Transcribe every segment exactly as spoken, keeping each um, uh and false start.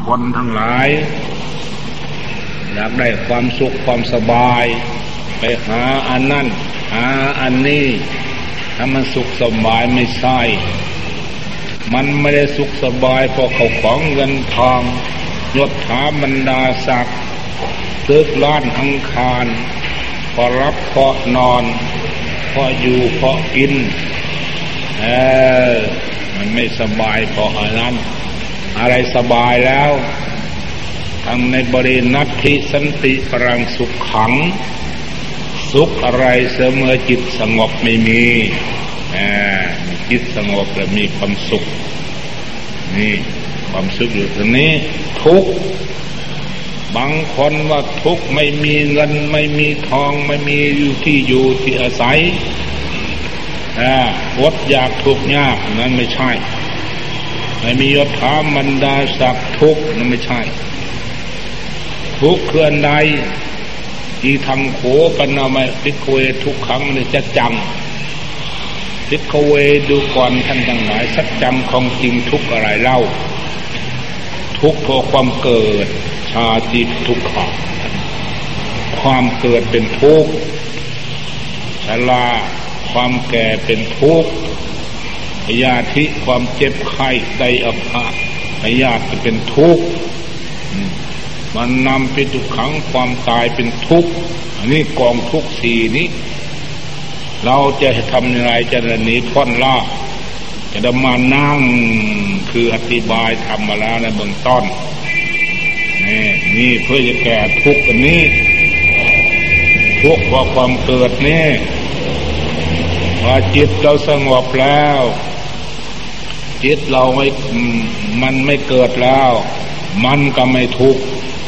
คนทั้งหลายอยากได้ความสุขความสบายไปหาอันนั้นหาอันนี้ถ้ามันสุขสบายไม่ใช่มันไม่ได้สุขสบายเพราะเขาของเงินทองยศถาบรรดาศักดิ์ตึกล้านอังคารพอรับพอนอนพออยู่พอกินเออมันไม่สบายเพราะอันนั้นอะไรสบายแล้วทั้งในบรินัตถิสันติปรังสุขขังสุขอะไรเสมอจิตสงบไม่มีอ่าจิตสงบแล้วมีความสุขนี่ความสุขอยู่ตรงนี้ทุกข์บางคนว่าทุกข์ไม่มีเงินไม่มีทองไม่มีอยู่ที่อยู่ที่อาศัยอ่าอดอยากทุกข์ยากนั้นไม่ใช่ไม่มียศถาบรรดาศักดิ์ทุกข์นั้นไม่ใช่ทุกข์คืออันใดอีทำโขปนามาพิกเวทุกขังนี่จะจำพิกเวดูก่อนท่านทั้งหลายสัจจำของจริงทุกอะไรเล่าทุกข์เพราะความเกิดชาติทุกข์ความเกิดเป็นทุกข์ชราความแก่เป็นทุกข์พยาธิความเจ็บไข้ไตอัพะพยาธิเป็นทุกข์มันนำไปทุกขังความตายเป็นทุกข์อันนี้กองทุกข์สี่นี้เราจะทำอย่างไรจะหนีพ้นล่าจะได้มานั่งคืออธิบายทำมาแล้วในเบื้องต้นนี่นี่เพื่อจะแก้ทุกข์อันนี้ทุกข์เพราะความเกิดนี่พอจิตเราสงบแล้วจิตเราไม่มันไม่เกิดแล้วมันก็ไม่ทุกข์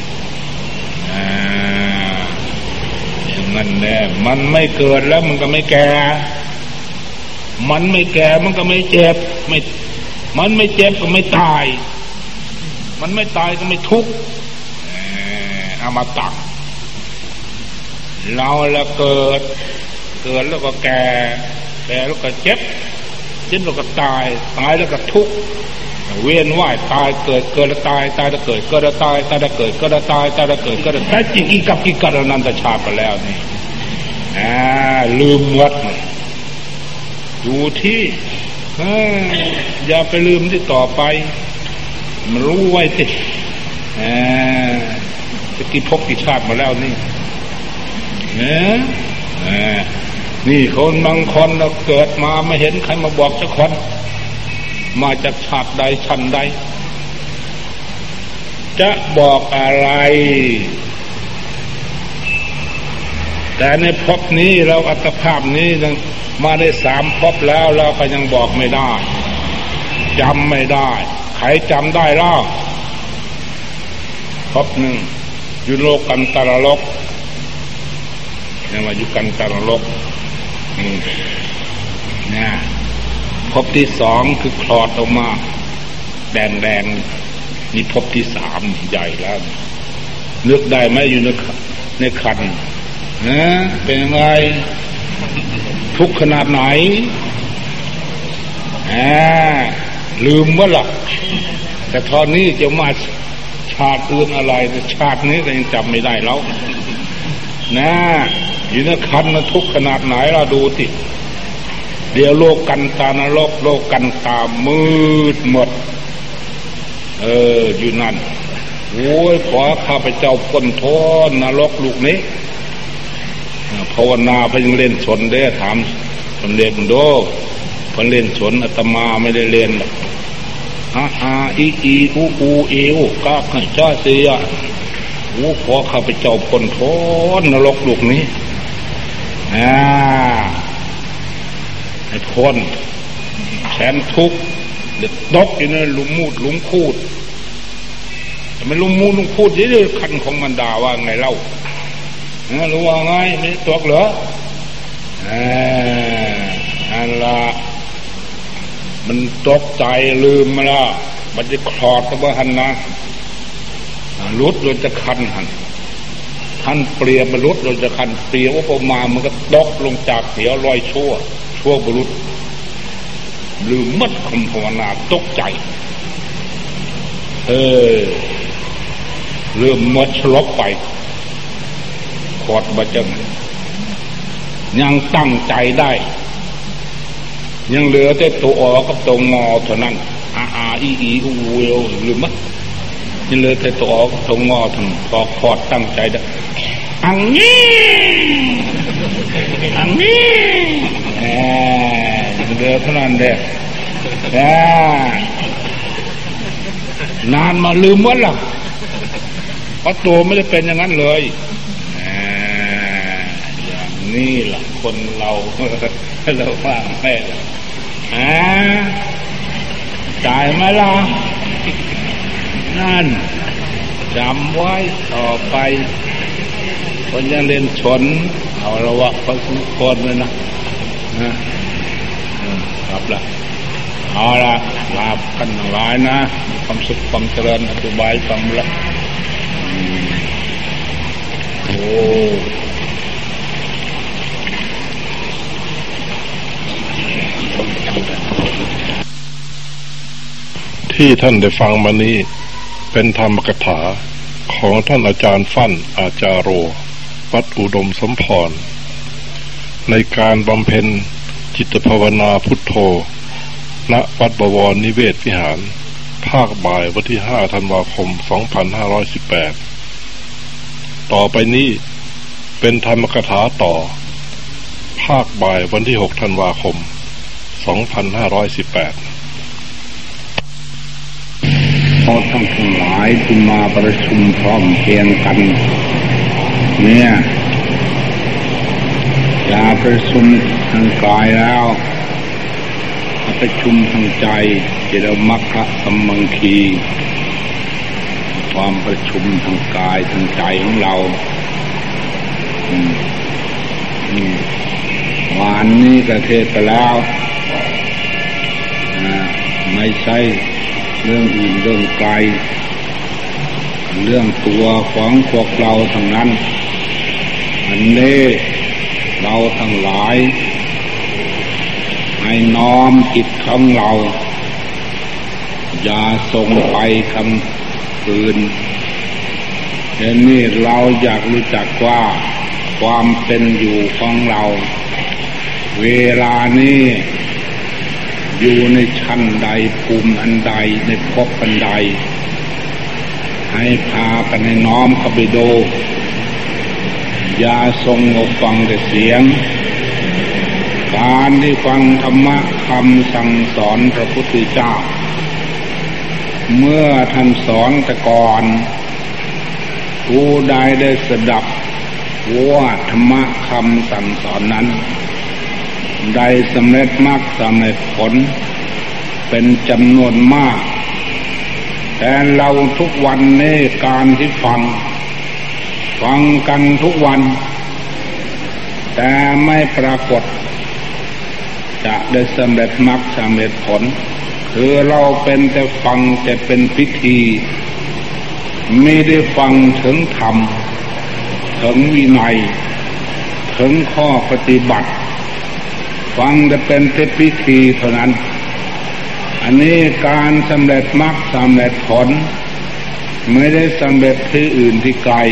อย่างนั้นแหละมันไม่เกิดแล้วมันก็ไม่แก่มันไม่แก่มันก็ไม่เจ็บไม่มันไม่เจ็บก็ไม่ตายมันไม่ตายก็ไม่ทุกข์อมตะเราแล้วเกิดเกิดแล้วก็แก่แก่แล้วก็เจ็บเจ็บแล้วก็ตายตายแล้วก็ทุกข์เวียนว่ายตายเกิดเกิดแล้วตายตายแล้วเกิดเกิดแล้วตายตายแล้วเกิดเกิดแล้วตายตายแล้วเกิดเกิดแล้วตายจริงอีกับอีกัดนันตชาติไปแล้วนี่อ่าลืมวัดดูที่อย่าไปลืมที่ต่อไปมันรู้ไว้สิอ่าจะกี่ภพกี่ชาติมาแล้วนี่นะอ่านี่คนบางคนเราเกิดมาไม่เห็นใครมาบอกสักคนมาจากชาติใดชั้นใดจะบอกอะไรแต่ในภพนี้เราอัตภาพนี้มาได้สามภพแล้วเราก็ยังบอกไม่ได้จำไม่ได้ใครจำได้ล่ะภพหนึ่งอยู่โลกันตรโลกเนี่ยมาอยู่กันตรโลกนี่นะภพที่สองคือคลอดออกมาแดงแดงนี่ภพที่สามใหญ่แล้วนึกได้ไหมอยู่ในในคันนะเป็นยังไงทุกขนาดไหนอ่าลืมว่าหลักแต่ตอนนี้จะมาชาติอื่นอะไรแต่ชาตินี้ก็ยังจำไม่ได้แล้วนะอยู่ในคันมันทุกขนาดไหนเราดูสิเดี๋ยวโลกกันตานรกโลกกันตามืดหมดเอออยู่นั่นโอ้ยขอข้าพเจ้าพ้นโทษนรกลูกนี้ภาวนาเพิ่งเล่นชนได้ถามคนเรียนโดเพิ่งเล่นชนอาตมาไม่ได้เรียนหรอกอาอาอีอีอูอูเอวกาขจ้าเสียโอ้ขอข้าพเจ้าพ้นโทษนรกลูกนี้อ่าให้พ้นแสนทุกข์เด็ดดกอยู่ในหลุมมูดหลุมคูดแต่ไม่หลุมมูดหลุมคูดยี่ๆคันของมันด่าว่าไงเล่ารู้ว่าไงไม่ตกเหรออ่าอันละมันตกใจลืมมาละมันจะคลอดกับว่าหันนะรุดโดยจะคันหันท่านเปรียบมนุษย์โดยจะคันเปรียบว่าประมาณมันก็ตกลงจากเหวลอยชั่วชั่วบุรุษลืมมัดคำภาวนาตกใจเออเริ่มหมดสลบไปขอดบะจังยังตั้งใจได้ยังเหลือแต่ตัวออกับตัวงอเท่านั้นอาอาอีอีอูเวลหรือมั้ยยังเหลือแต่ตัวออกับตัวงอทั้งพอขอดตั้งใจได้อังนี้อังนี้แหมเหลือเท่านั้นเด้อแหมนานมาลืมหมดละเพราะตัวไม่ได้เป็นอย่างนั้นเลยอย่างนี้ล่ะคนเราเราว่าแม่อ่าจ่ายมาละนั่นจำไว้ต่อไปคนยังเล่นชนเอาละวะพระสุคลเลยนะนะครับละเอาละลาบกันหลายนะความสุขความเจริญอธิบายฟังละโอ้ที่ท่านได้ฟังมานี้เป็นธรรมกถาของท่านอาจารย์ฟั่นอาจารโรวัดอุดมสมพรในการบำเพ็ญจิตภาวนาพุทโธณวัดบวรนิเวศวิหารภาคบ่ายวันที่ห้าธันวาคมสองพันห้าร้อยสิบแปดต่อไปนี้เป็นธรรมกถาต่อภาคบ่ายวันที่หกธันวาคมสองพันห้าร้อยสิบแปดพอทั้งทั้งหลายที่มาประชุมพร้อมเพรียงกันเนี่ยอย่าประชุมทางกายแล้วประชุมทางใจจะได้มรรคสัมมังคีความประชุมทางกายทางใจของเราอืมอืมวันนี้ก็เทศไปแล้วอ่าไม่ใช่เรื่องอื่นเรื่องไกลเรื่องตัวของพวกเราทั้งนั้นอันนี้เราทั้งหลายให้น้อมจิตของเราอย่าส่งไปคำอื่นเดี๋ยวนี้เราอยากรู้จักว่าความเป็นอยู่ของเราเวลานี้อยู่ในชั้นใดภูมิอันใดในภพอันใดให้พากันให้น้อมเข้าไปดูอย่าทรงเอาฟังแต่เสียงการที่ฟังธรรมะคำสั่งสอนพระพุทธเจ้าเมื่อท่านสอนแต่ก่อนผู้ใดได้สดับว่าธรรมะคำสั่งสอนนั้นได้สำเร็จมรรคสำเร็จผลเป็นจำนวนมากแต่เราทุกวันนี้การที่ฟังฟังกันทุกวันแต่ไม่ปรากฏจะได้สำเร็จมรรคสำเร็จผลคือเราเป็นแต่ฟังแต่เป็นพิธีไม่ได้ฟังถึงธรรมถึงวินัยถึงข้อปฏิบัติฟังแต่เป็นแต่พิธีเท่านั้นอันนี้การสำเร็จมรรคสำเร็จผลไม่ได้สำเร็จที่อื่นที่ไกล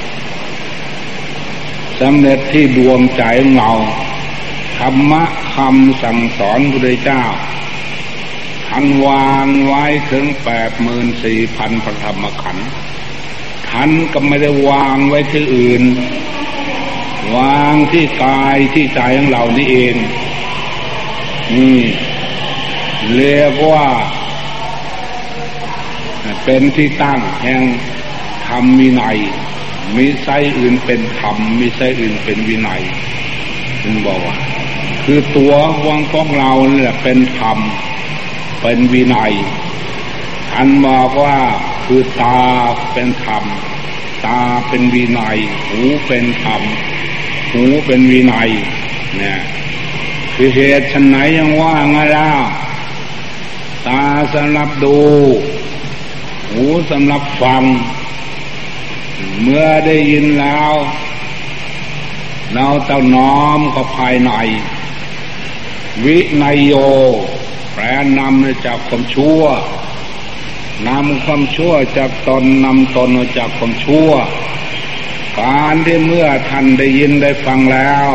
สำเร็จที่ดวงใจของเราธรรมะคำสั่งสอนพระพุทธเจ้าท่านวางไว้ถึงแปดหมื่นสี่พันพระธรรมขันธ์ท่านก็ไม่ได้วางไว้ที่อื่นวางที่กายที่ใจของเรานี่เองนี่เรียกว่าเป็นที่ตั้งแห่งธรรมวินัยมิใช่อื่นเป็นธรรมมิใช่อื่นเป็นวินัยจึงบอกว่าคือตัววังของเราเนี่ยเป็นธรรมเป็นวินัยท่านบอกว่าคือตาเป็นธรรมตาเป็นวินัยหูเป็นธรรมหูเป็นวินัยเนี่ยคือเหตุฉะไหนยังว่างั้นล่ะตาสำหรับดูหูสำหรับฟังเมื่อได้ยินแล้วเราต้องน้อมเข้าภายในวินัยโยแปลนำจากความชั่วนำความชั่วจากตนนำตนออกจากความชั่วการที่เมื่อท่านได้ยินได้ฟังแล้ว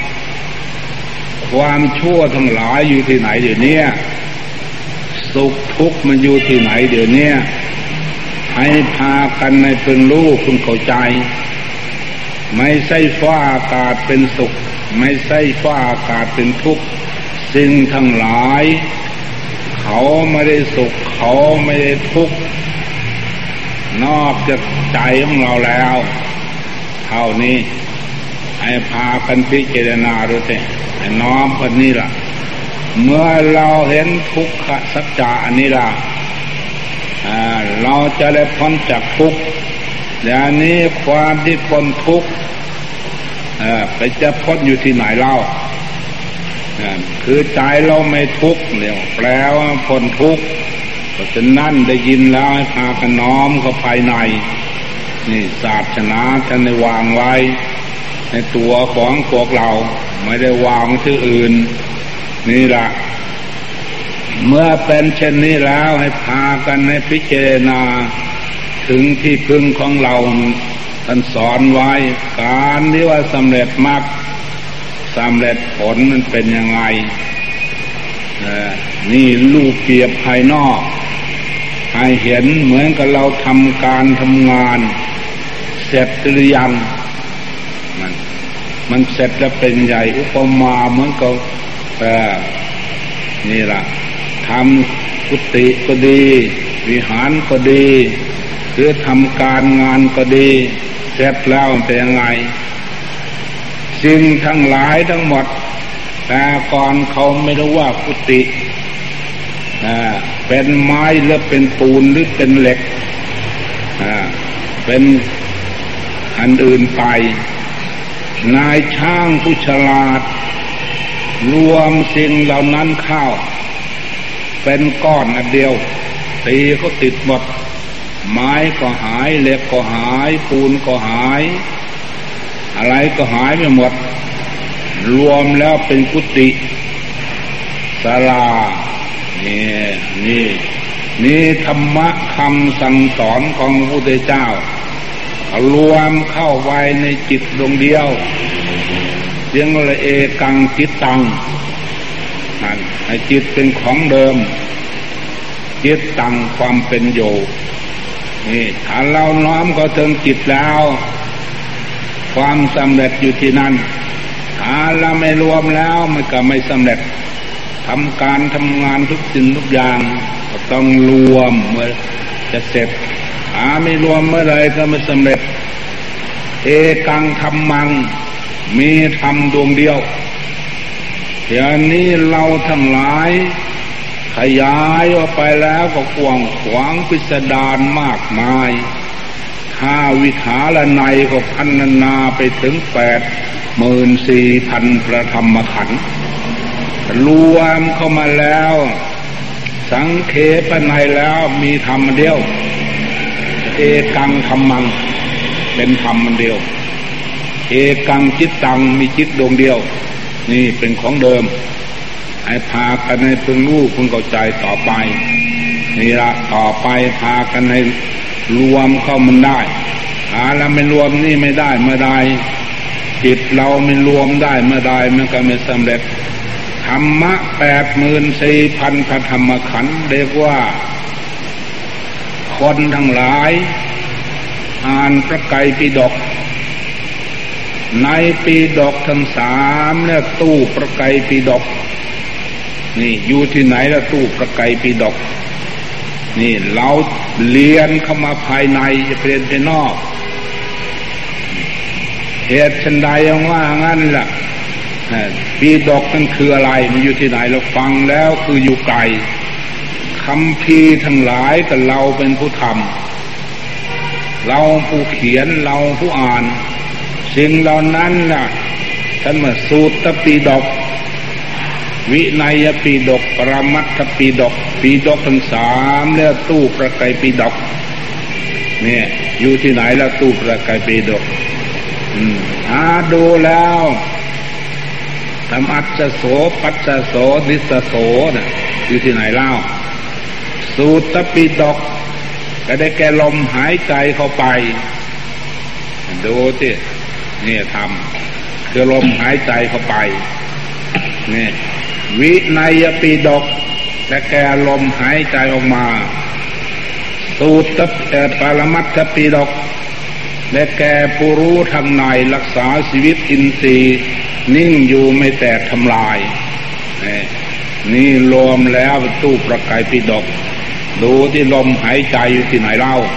ความชั่วทั้งหลายอยู่ที่ไหนเดี๋ยวนี้สุขทุกข์มันอยู่ที่ไหนเดี๋ยวนี้ให้พากันในเป็นรู้คุณเข้าใจไม่ใช่ฟ้าอากาศเป็นสุขไม่ใช่ฟ้าอากาศเป็นทุกข์สิ่งทั้งหลายเขาไม่ได้สุขเขาไม่ได้ทุกข์นอกจากใจของเราแล้วเท่านี้ให้พากันพิจารณาดูสิให้น้อมคนนี้ล่ะเมื่อเราเห็นทุกขสัจจะอันนี้ล่ะเราจะได้พ้นจากทุกข์อย่างนี้ความที่พ้นทุกข์ไปจะพ้นอยู่ที่ไหนเล่าคือใจเราไม่ทุกข์เนี่ยแปลว่าพ้นทุกข์เพราะฉะนั้นได้ยินแล้วให้พากันน้อมเข้าภายในนี่ศาสนาท่านได้วางไว้ในตัวของพวกเราไม่ได้วางที่อื่นนี่ล่ะเมื่อเป็นเช่นนี้แล้วให้พากันให้พิจารณาถึงที่พึ่งของเราท่านสอนไว้การที่ว่าสำเร็จมรรคสำเร็จผลมันเป็นยังไงนี่รูปเปรียบภายนอกให้เห็นเหมือนกับเราทำการทำงานเสร็จหรือยังมันมันเสร็จแล้วเป็นใหญ่อุปมาเหมือนกับนี่ล่ะทำกุฏิก็ดีวิหารก็ดีคือทำการงานก็ดีเสร็จแล้วเป็นยังไงสิ่งทั้งหลายทั้งหมดแต่ก่อนเขาไม่รู้ว่ากุฏิเป็นไม้หรือเป็นปูนหรือเป็นเหล็กเป็นอันอื่นไปนายช่างผู้ฉลาดรวมสิ่งเหล่านั้นเข้าเป็นก้อนอันเดียวตีก็ติดหมดไม้ก็หายเหล็กก็หายปูนก็หายอะไรก็หายไปหมดรวมแล้วเป็นกุฏิศาลานี่นี่นี่ธรรมะคำสั่งสอนของพระพุทธเจ้ารวมเข้าไว้ในจิตดวงเดียวเรียกว่าเอกังจิตตังนั่นให้จิตเป็นของเดิมจิตตังความเป็นอยู่นี่ถ้าเราน้อมก็ถึงจิตแล้วความสำเร็จอยู่ที่นั่นถ้าเราไม่รวมแล้วมันก็ไม่สำเร็จทำการทำงานทุกสิ่งทุกอย่างก็ต้องรวมเมื่อจะเสร็จถ้าไม่รวมเมื่อไรก็ไม่สำเร็จเอกังธรรมังมีธรรมดวงเดียวเดี๋ยวนี้เราทั้งหลายขยายออกไปแล้วก็กว้างขวางพิสดารมากมายถ้าวิถาละในก็พันนาไปถึงแปดหมื่นสี่พันพระธรรมขันธ์รวมเข้ามาแล้วสังเขปในแล้วมีธรรมเดียวเอกังธรรมังเป็นธรรมเดียวเอกังจิตตังมีจิตดวงเดียวนี่เป็นของเดิมให้พากันให้พึงรู้พึงเข้าใจต่อไปนี่ละต่อไปพากันให้รวมเข้ามันได้หาแล้วไม่รวมนี่ไม่ได้เมื่อใดจิตเราไม่รวมได้เมื่อใดมันก็ไม่สำเร็จธรรมะแปดหมื่นสี่พันพระธรรมขันธ์เรียกว่าคนทั้งหลายอ่านพระไตรปิฎกในปิฎกทั้งสามเนี่ยตู้พระไตรปิฎกนี่อยู่ที่ไหนละตู้พระไตรปิฎกนี่เราเรียนเข้ามาภายในจะเรียนภายนอกเหตุชันใดว่างั้นล่ะปิฎกนั่นคืออะไรมันอยู่ที่ไหนเราฟังแล้วคืออยู่ไกลคำพีทั้งหลายแต่เราเป็นผู้ทำเราผู้เขียนเราผู้อ่านสิ่งเหล่านั้นน่ะท่านมาสูตรปิฎกวินัยปิฎกปรมัตถปิฎกปิฎกทั้งสามเนี่ยตู้พระไตรปิฎกเนี่ยอยู่ที่ไหนแล้วตู้พระไตรปิฎกอืมหาดูแล้วธรรมัสสโสปัสสโสนิสสโสน่ะอยู่ที่ไหนเล่าสูตรปิฎกก็ได้แก่ลมหายใจเข้าไปดูสินี่ทำคือลมหายใจเข้าไปนี่วินัยปิฎกได้แก่ลมหายใจออกมาสูตรปรมัตถปิฎกได้แก่ผู้รู้ทางในรักษาชีวิตอินทรีย์นิ่งอยู่ไม่แตกทำลายนี่รวมแล้วตู้ประกายปิฎกดูที่ลมหายใจอยู่ที่ไหนเล่า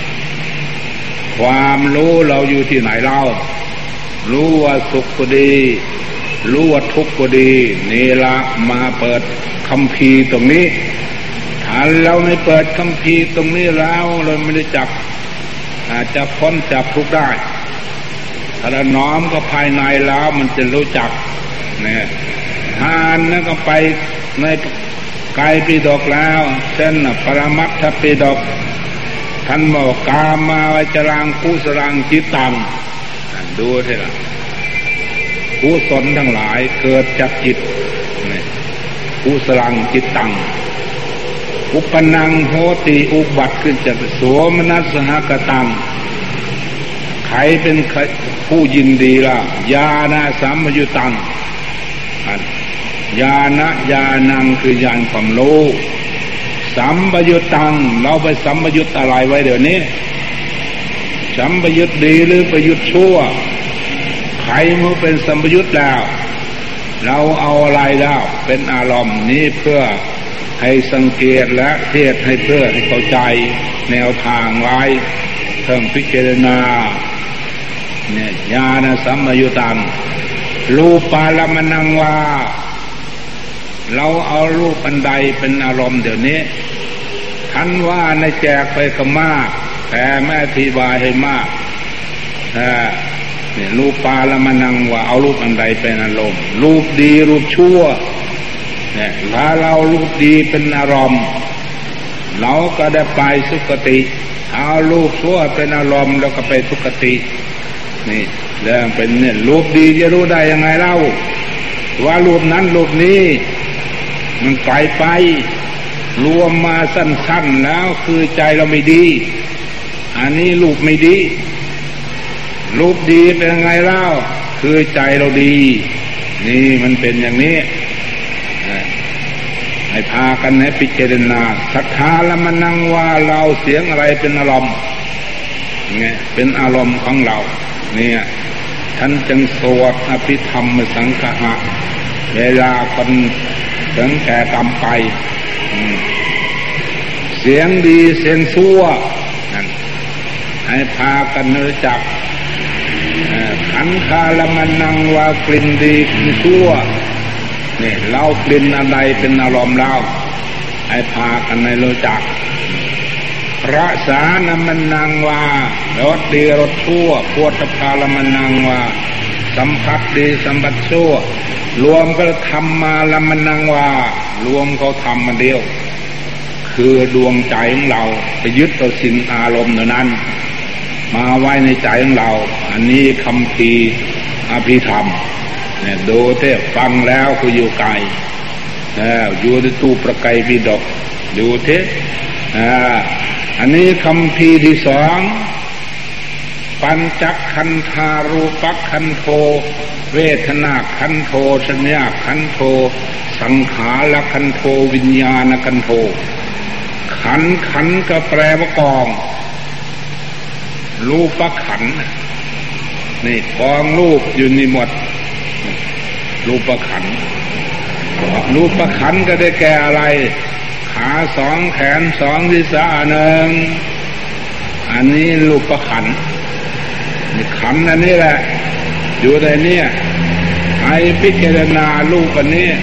ความรู้เราอยู่ที่ไหนเล่ารู้ว่าสุขก็ดีรู้ว่าทุกข์ก็ดีนี่ละมาเปิดคัมภีร์ตรงนี้ถ้าเราไม่เปิดคัมภีร์ตรงนี้แล้วเราไม่ได้จับอาจจะพ้นจากทุกข์ได้ถ้าเราน้อมก็ภายในแล้วมันจะรู้จักเนี่ยทานนั่นก็ไปในกายปิฎกแล้วเช่นปรมัตถปิฎกท่านบอกกามาวจรังกุศลังจิตตังดูเถอะกุศลทั้งหลายเกิดจากจิตนี่กุศลังจิตตังอุปนังโหติอุบัติขึ้นจากโสมนัสสหกตังใครเป็นผู้ยินดีล่ะญาณสัมปยุตตังญาณญาณังคือญาณความรู้สัมปยุตตังเราไปสัมปยุตอะไรไว้เดี๋ยวนี้สัมปยุตดีหรือประยุตชั่วใครมันเป็นสัมปยุตแล้วเราเอาอะไรแล้วเป็นอารมณ์นี้เพื่อให้สังเกตและเทศให้เพื่อให้เข้าใจแนวทางไว้เพิ่มพิจารณาเนี่ยญาณสัมปยุตตังรูปารมณังวาเราเอารูปอันใดเป็นอารมณ์เดี๋ยวนี้ท่านว่าในแจกไปก็มากแต่ไม่อธิบายให้มากเนี่ยรูปารมณังว่าเอารูปอันใดเป็นอารมณ์รูปดีรูปชั่วเนี่ยถ้าเรารูปดีเป็นอารมณ์เราก็ได้ไปสุคติเอารูปชั่วเป็นอารมณ์แล้วก็ไปสุคตินี่เรื่องเป็นเนี่ยรูปดีจะรู้ได้ยังไงเล่าว่ารูปนั้นรูปนี้มันไกลไปรวมมาสั้นๆแล้วคือใจเราไม่ดีอันนี้รูปไม่ดีรูปดีเป็นยังไงเล่าคือใจเราดีนี่มันเป็นอย่างนี้ให้พากันให้พิจารณาศรัทธาละมันนั่งว่าเราเสียงอะไรเป็นอารมณ์เนี่ยเป็นอารมณ์ของเราเนี่ยท่านจึงสวดอภิธรรมสังฆะเวลาคนถึงแก่กรรมไปเสียงดีเสียงชั่วให้พากันรู้จักขันธาละมันนังว่ากลิ่นดีกลิ่นชั่วเนี่ยเรากลิ่นอะไรเป็นอารมณ์เราให้พากันให้รู้จักรสานะมันนังว่ารสดีรสชั่วโผฏฐัพพะละมันนังว่าสัมผัสดีสัมผัสชั่วรวมก็ทำมาละมันนังว่ารวมเขาทำมาเดียวคือดวงใจของเราไปยึดเอาสิ่งอารมณ์นั้นมาไว้ในใจของเราอันนี้คัมภีร์อภิธรรมเนี่ยดูเท่ฟังแล้วคืออยู่ไกลแล้วอยู่ในตู้ประกายปิฎกดูเท่อ่าอันนี้คัมภีร์ที่สองปัญจขันธารูปขันโธเวทนาขันโธสัญญาขันโธสังขารขันโธวิญญาณขันโธขันขันก็แปลว่ากองรูปขันนี่กองรูปอยู่ในหมดรูปขันรูปขันก็ได้แก่อะไรขาสองแขนสองศีรษะหนึ่งอันนี้รูปขันนี่ขันอันนี้แหละอยู่ในนี้ให้พิจารณารูปอันนี้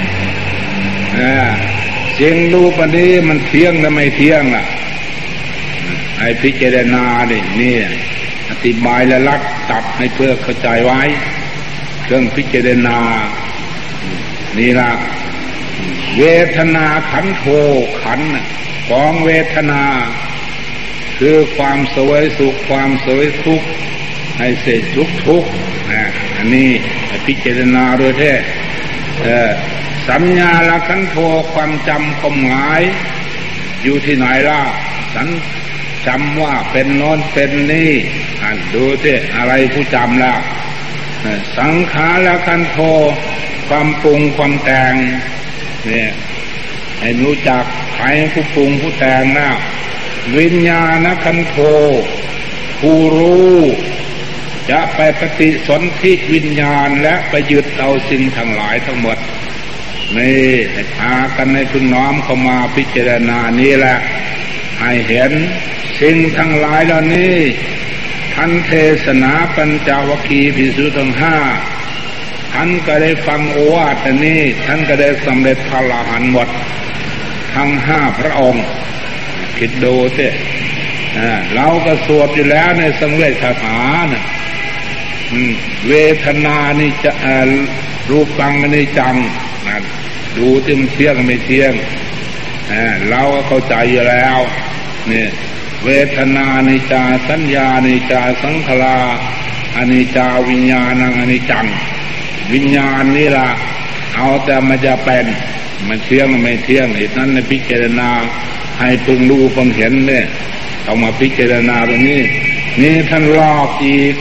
เสียงรูปอันนี้มันเที่ยงหรือไม่เที่ยงล่ะให้พิจารณาดินี่อธิบายและลักตัดให้เพื่อเข้าใจไว้เครื่องพิจารณานี่ล่ะเวทนาขันโธขันกองเวทนาคือความสวยสุขความสวยทุกข์ให้เสร็จทุกทุกนะอันนี้พิจารณาโดยแท้สัญญาละขันโธความจำความหมายอยู่ที่ไหนล่ะสัญจำว่าเป็นโน้นเป็นนี่อ่านดูสิอะไรผู้จำแล้วสังขารขันโธความปรุงความแต่งเนี่ยให้รู้จักใครผู้ปรุงผู้แต่งนะวิญญาณขันโธผู้รู้จะไปปฏิสนธิวิญญาณและไปยึดเอาสิ่งทั้งหลายทั้งหมดนี่ให้พากันในพึงน้อมเข้ามาพิจารณานี้แหละให้เห็นสิ่งทั้งหลายเหล่านี้ท่านเทศนาปัญจวัคคีย์ภิกษุทั้งห้าท่านก็ได้ฟังโอวาทนี้ท่านก็ได้สำเร็จพระอรหันต์หมดทั้งห้าพระองค์คิดดูสิเราก็สวดอยู่แล้วในสังเวชคาถานะเวทนานี่จะรูปังนี่จังนะดูที่มันเที่ยงไม่เที่ยงเราก็เข้าใจอยู่แล้วนี่เวทนานิจาสัญญานิจาสังขารอนิจจาวิญญาณังอนิจจังวิญญาณนี่ล่ะเอาแต่มันจะเป็นมันเที่ยงไม่เที่ยงเหตุนั้นในพิจารณาให้พึงรู้พึงเห็นเนี่ยต้องมาพิจารณาตรงนี้นี่ท่านลอกอีก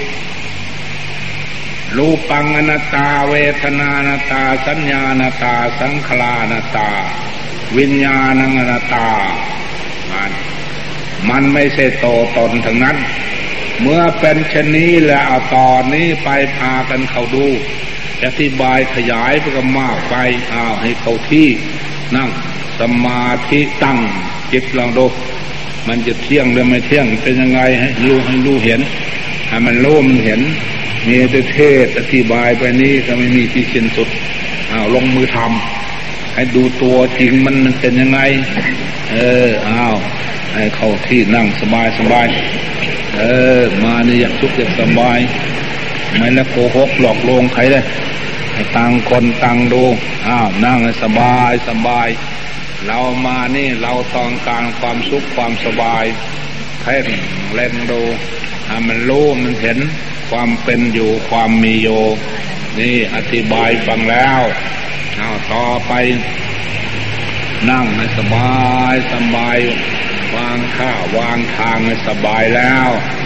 รูปังอนัตตาเวทนานัตตาสัญญานัตตาสังขารนัตตาวิญญาณังอนัตตามันมันไม่ใช่โตตนทั้งนั้นเมื่อเป็นเช่นนี้แล้วเอาตอนนี้ไปพากันเข้าดูอธิบายขยายไปก็มากไปอ้าวให้เข้าที่นั่งสมาธิตั้งจิตลองดูมันจะเที่ยงหรือไม่เที่ยงเป็นยังไงให้รู้ให้รู้เห็นให้มันรู้มันเห็นมีแต่เทศอธิบายไปนี้ก็ไม่มีที่สิ้นสุดอ้าวลงมือทำให้ดูตัวจริงมันมันเป็นยังไงเอออ้าวให้เข้าที่นั่งสบายสบายเออมานี่อยากทุกข์อยากสบายไม่แล้วโกหกหลอกลวงใครเลยให้ต่างคนต่างดูอ้าวนั่งให้สบายสบายเรามานี่เราต้องการความสุขความสบายเพ่งเล่นดูให้มันรู้มันเห็นความเป็นอยู่ความมีอยู่นี่อธิบายฟังแล้วเอาต่อไปนั่งให้สบายสบายวางข้าวางทางให้สบายแล้ว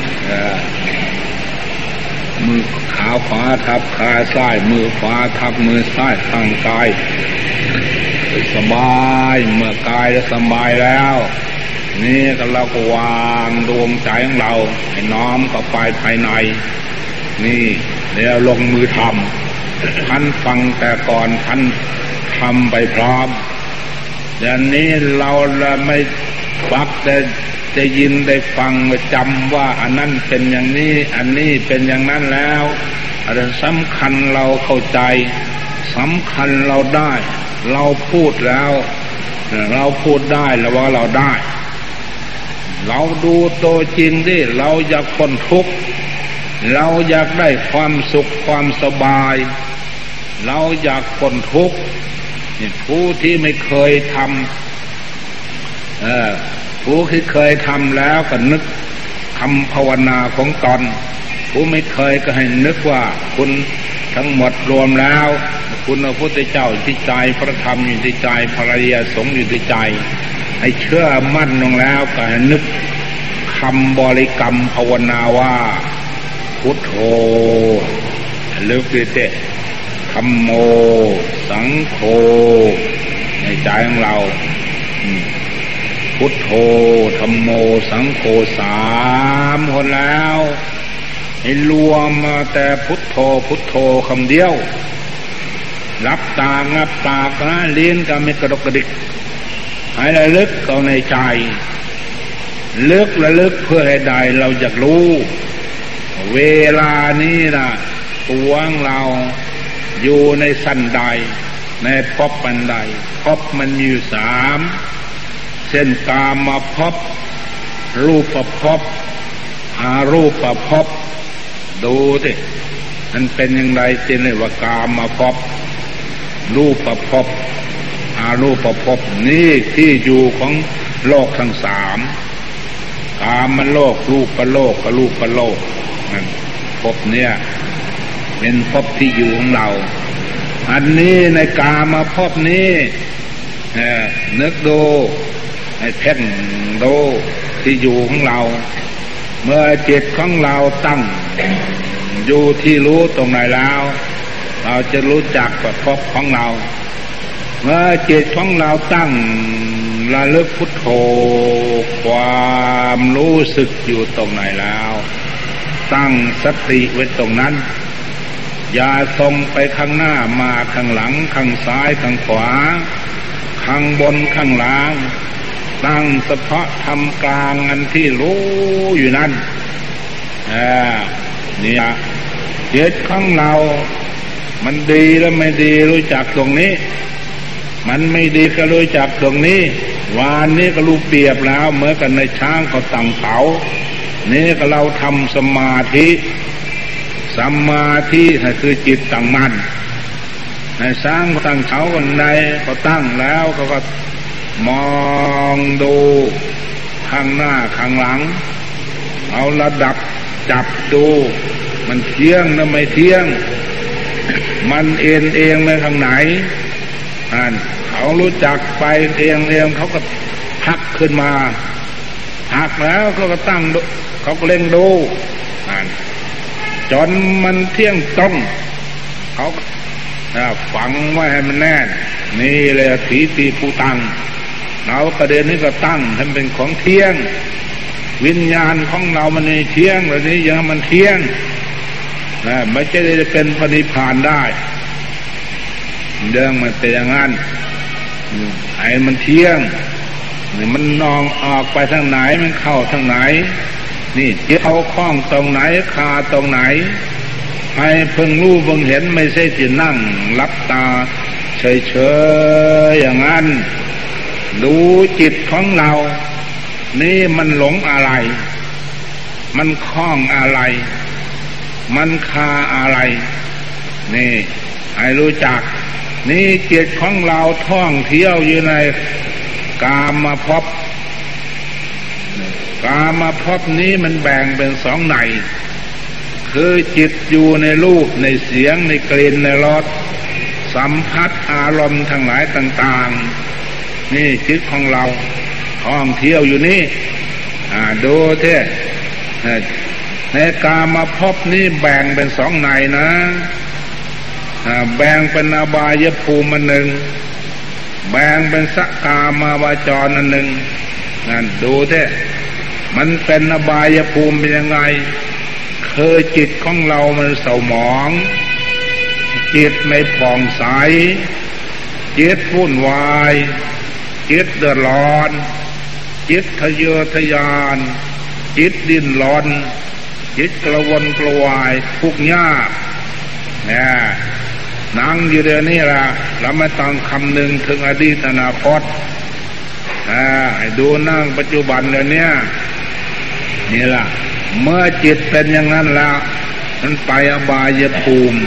มือขาขวาทับขาซ้ายมือขวาทับมือซ้ายตั้งกายสบายเมื่อกายจะสบายแล้วนี่ก็เราก็วางดวงใจของเราให้น้อมเข้าไปภายในนี่แล้วลงมือทำท่านฟังแต่ก่อนท่านทำไปพร้อมแต่นี้เราละไม่ฟักแต่จะยินได้ฟังจำว่าอันนั้นเป็นอย่างนี้อันนี้เป็นอย่างนั้นแล้วอะไรสำคัญเราเข้าใจสำคัญเราได้เราพูดแล้วเราพูดได้แล้วว่าเราได้เราดูตัวจริงดิเราอยากพ้นทุกข์เราอยากได้ความสุขความสบายเราอยากพ้นทุกข์นี่ผู้ที่ไม่เคยทำเออผู้ที่เคยทำแล้วก็นึกคำภาวนาของตนผู้ไม่เคยก็ให้นึกว่าคุณทั้งหมดรวมแล้วคุณพระพุทธเจ้าอยู่ที่ใจพระธรรมอยู่ที่ใจพระอริยสงฆ์อยู่ที่ใจให้เชื่อมั่นลงแล้วก็ให้นึกคำบริกรรมภาวนาว่าพุทโธลึกดิเตะธัมโมสังโฆในใจของเราพุทโธธัมโมสังโฆสามคนแล้วให้รวมมาแต่พุทโธพุทโธคำเดียวรับตางับปากนะเลี้ยงก็ไม่กระดกกระดิกให้ระลึกเข้าในใจลึกระลึกเพื่อให้ใดเราอยากรู้เวลานี้นะตัวเราอยู่ในสั้นใดในภพปันใดภพมันมีอยู่สามเช่นกามภพรูปภพอารูปภพดูสิมันเป็นอย่างไรเช่นเลยว่ากามภพรูปภพอารูปภพนี่ที่อยู่ของโลกทั้งสามกามโลกรูปโลกกับรูปโลกนั่นภพเนี่ยเป็นภพที่อยู่ของเราอันนี้ในกามภพนี้นึกดูให้เพ่งดูที่อยู่ของเราเมื่อจิตของเราตั้งอยู่ที่รู้ตรงไหนแล้วเราจะรู้จักประพบของเราเมื่อจิตของเราตั้งระลึกพุทโธความรู้สึกอยู่ตรงไหนแล้วตั้งสติไว้ตรงนั้นอย่าส่งไปข้างหน้ามาข้างหลังข้างซ้ายข้างขวาข้างบนข้างล่างตั้งเฉพาะทำกลางอันที่รู้อยู่นั่นอ่าเนี่ยจิตของเรามันดีแล้วไม่ดีรู้จักตรงนี้มันไม่ดีก็รู้จักตรงนี้วานนี้ก็รู้เปรียบแล้วเหมือนกันในช้างเขาตั้งเขานี่ก็เราทำสมาธิสมาธินั่นคือจิตตั้งมั่นในช้างเขาตั้งเขาคนใดเขาตั้งแล้วเขาก็มองดูข้างหน้าข้างหลังเอาระดับจับดูมันเที่ยงหรือไม่เที่ยงมันเอ็นเองในข้างไหนอ่านเขารู้จักไปเองเองเขาก็พักขึ้นมาพักแล้วเขาก็ตั้งเขาก็เล่งดูอ่านจนมันเที่ยงตรงเขาฝังไว้ให้มันแน่นนี่เลยถีติภูตังเราประเด็นนี้ก็ตั้งให้เป็นของเที่ยงวิญญาณของเรามันไม่เที่ยงแบบนี้ยังมันเที่ยงนะไม่ใช่จะเป็นพระนิพพานได้เรื่องมันเป็นอย่างนั้นไอ้มันเที่ยงนี่มันนองออกไปทางไหนมันเข้าทางไหนนี่จะเอาคล้องตรงไหนคาตรงไหนให้เพิ่งรู้เพิ่งเห็นไม่ใช่จะนั่งรับตาเฉยๆอย่างนั้นดูจิตของเรานี่มันหลงอะไรมันคล้องอะไรมันคาอะไรนี่ให้รู้จักนี่จิตของเราท่องเที่ยวอยู่ในกามภพกามภพนี้มันแบ่งเป็นสองในคือจิตอยู่ในรูปในเสียงในกลิ่นในรสสัมผัสอารมณ์ทั้งหลายต่างๆนี่จิตของเราท่องเที่ยวอยู่นี่อ่าดูเท่ในกามภพนี้แบ่งเป็นสองในนะแบ่งเป็นอบายภูมิอันหนึ่งแบ่งเป็นสักกามาวาจรอันหนึ่งนั่นดูเท่มันเป็นอบายภูมิเป็นยังไงคือจิตของเรามันเศร้าหมองจิตไม่ผ่องใสจิตวุ่นวายจิตเดือดร้อนจิตทะเยอทะยานจิตดิ้นรนจิตกระวนกระวายทุกข์ยากเนี่ยนั่งอยู่เดี๋ยวนี้ล่ะเราไม่ต้องคำนึงถึงอดีตอนาคตอ่าให้ดูนั่งปัจจุบันเดี๋ยวนี้นี่ล่ะเมื่อจิตเป็นอย่างนั้นแล้วมันไปอบายภูมิ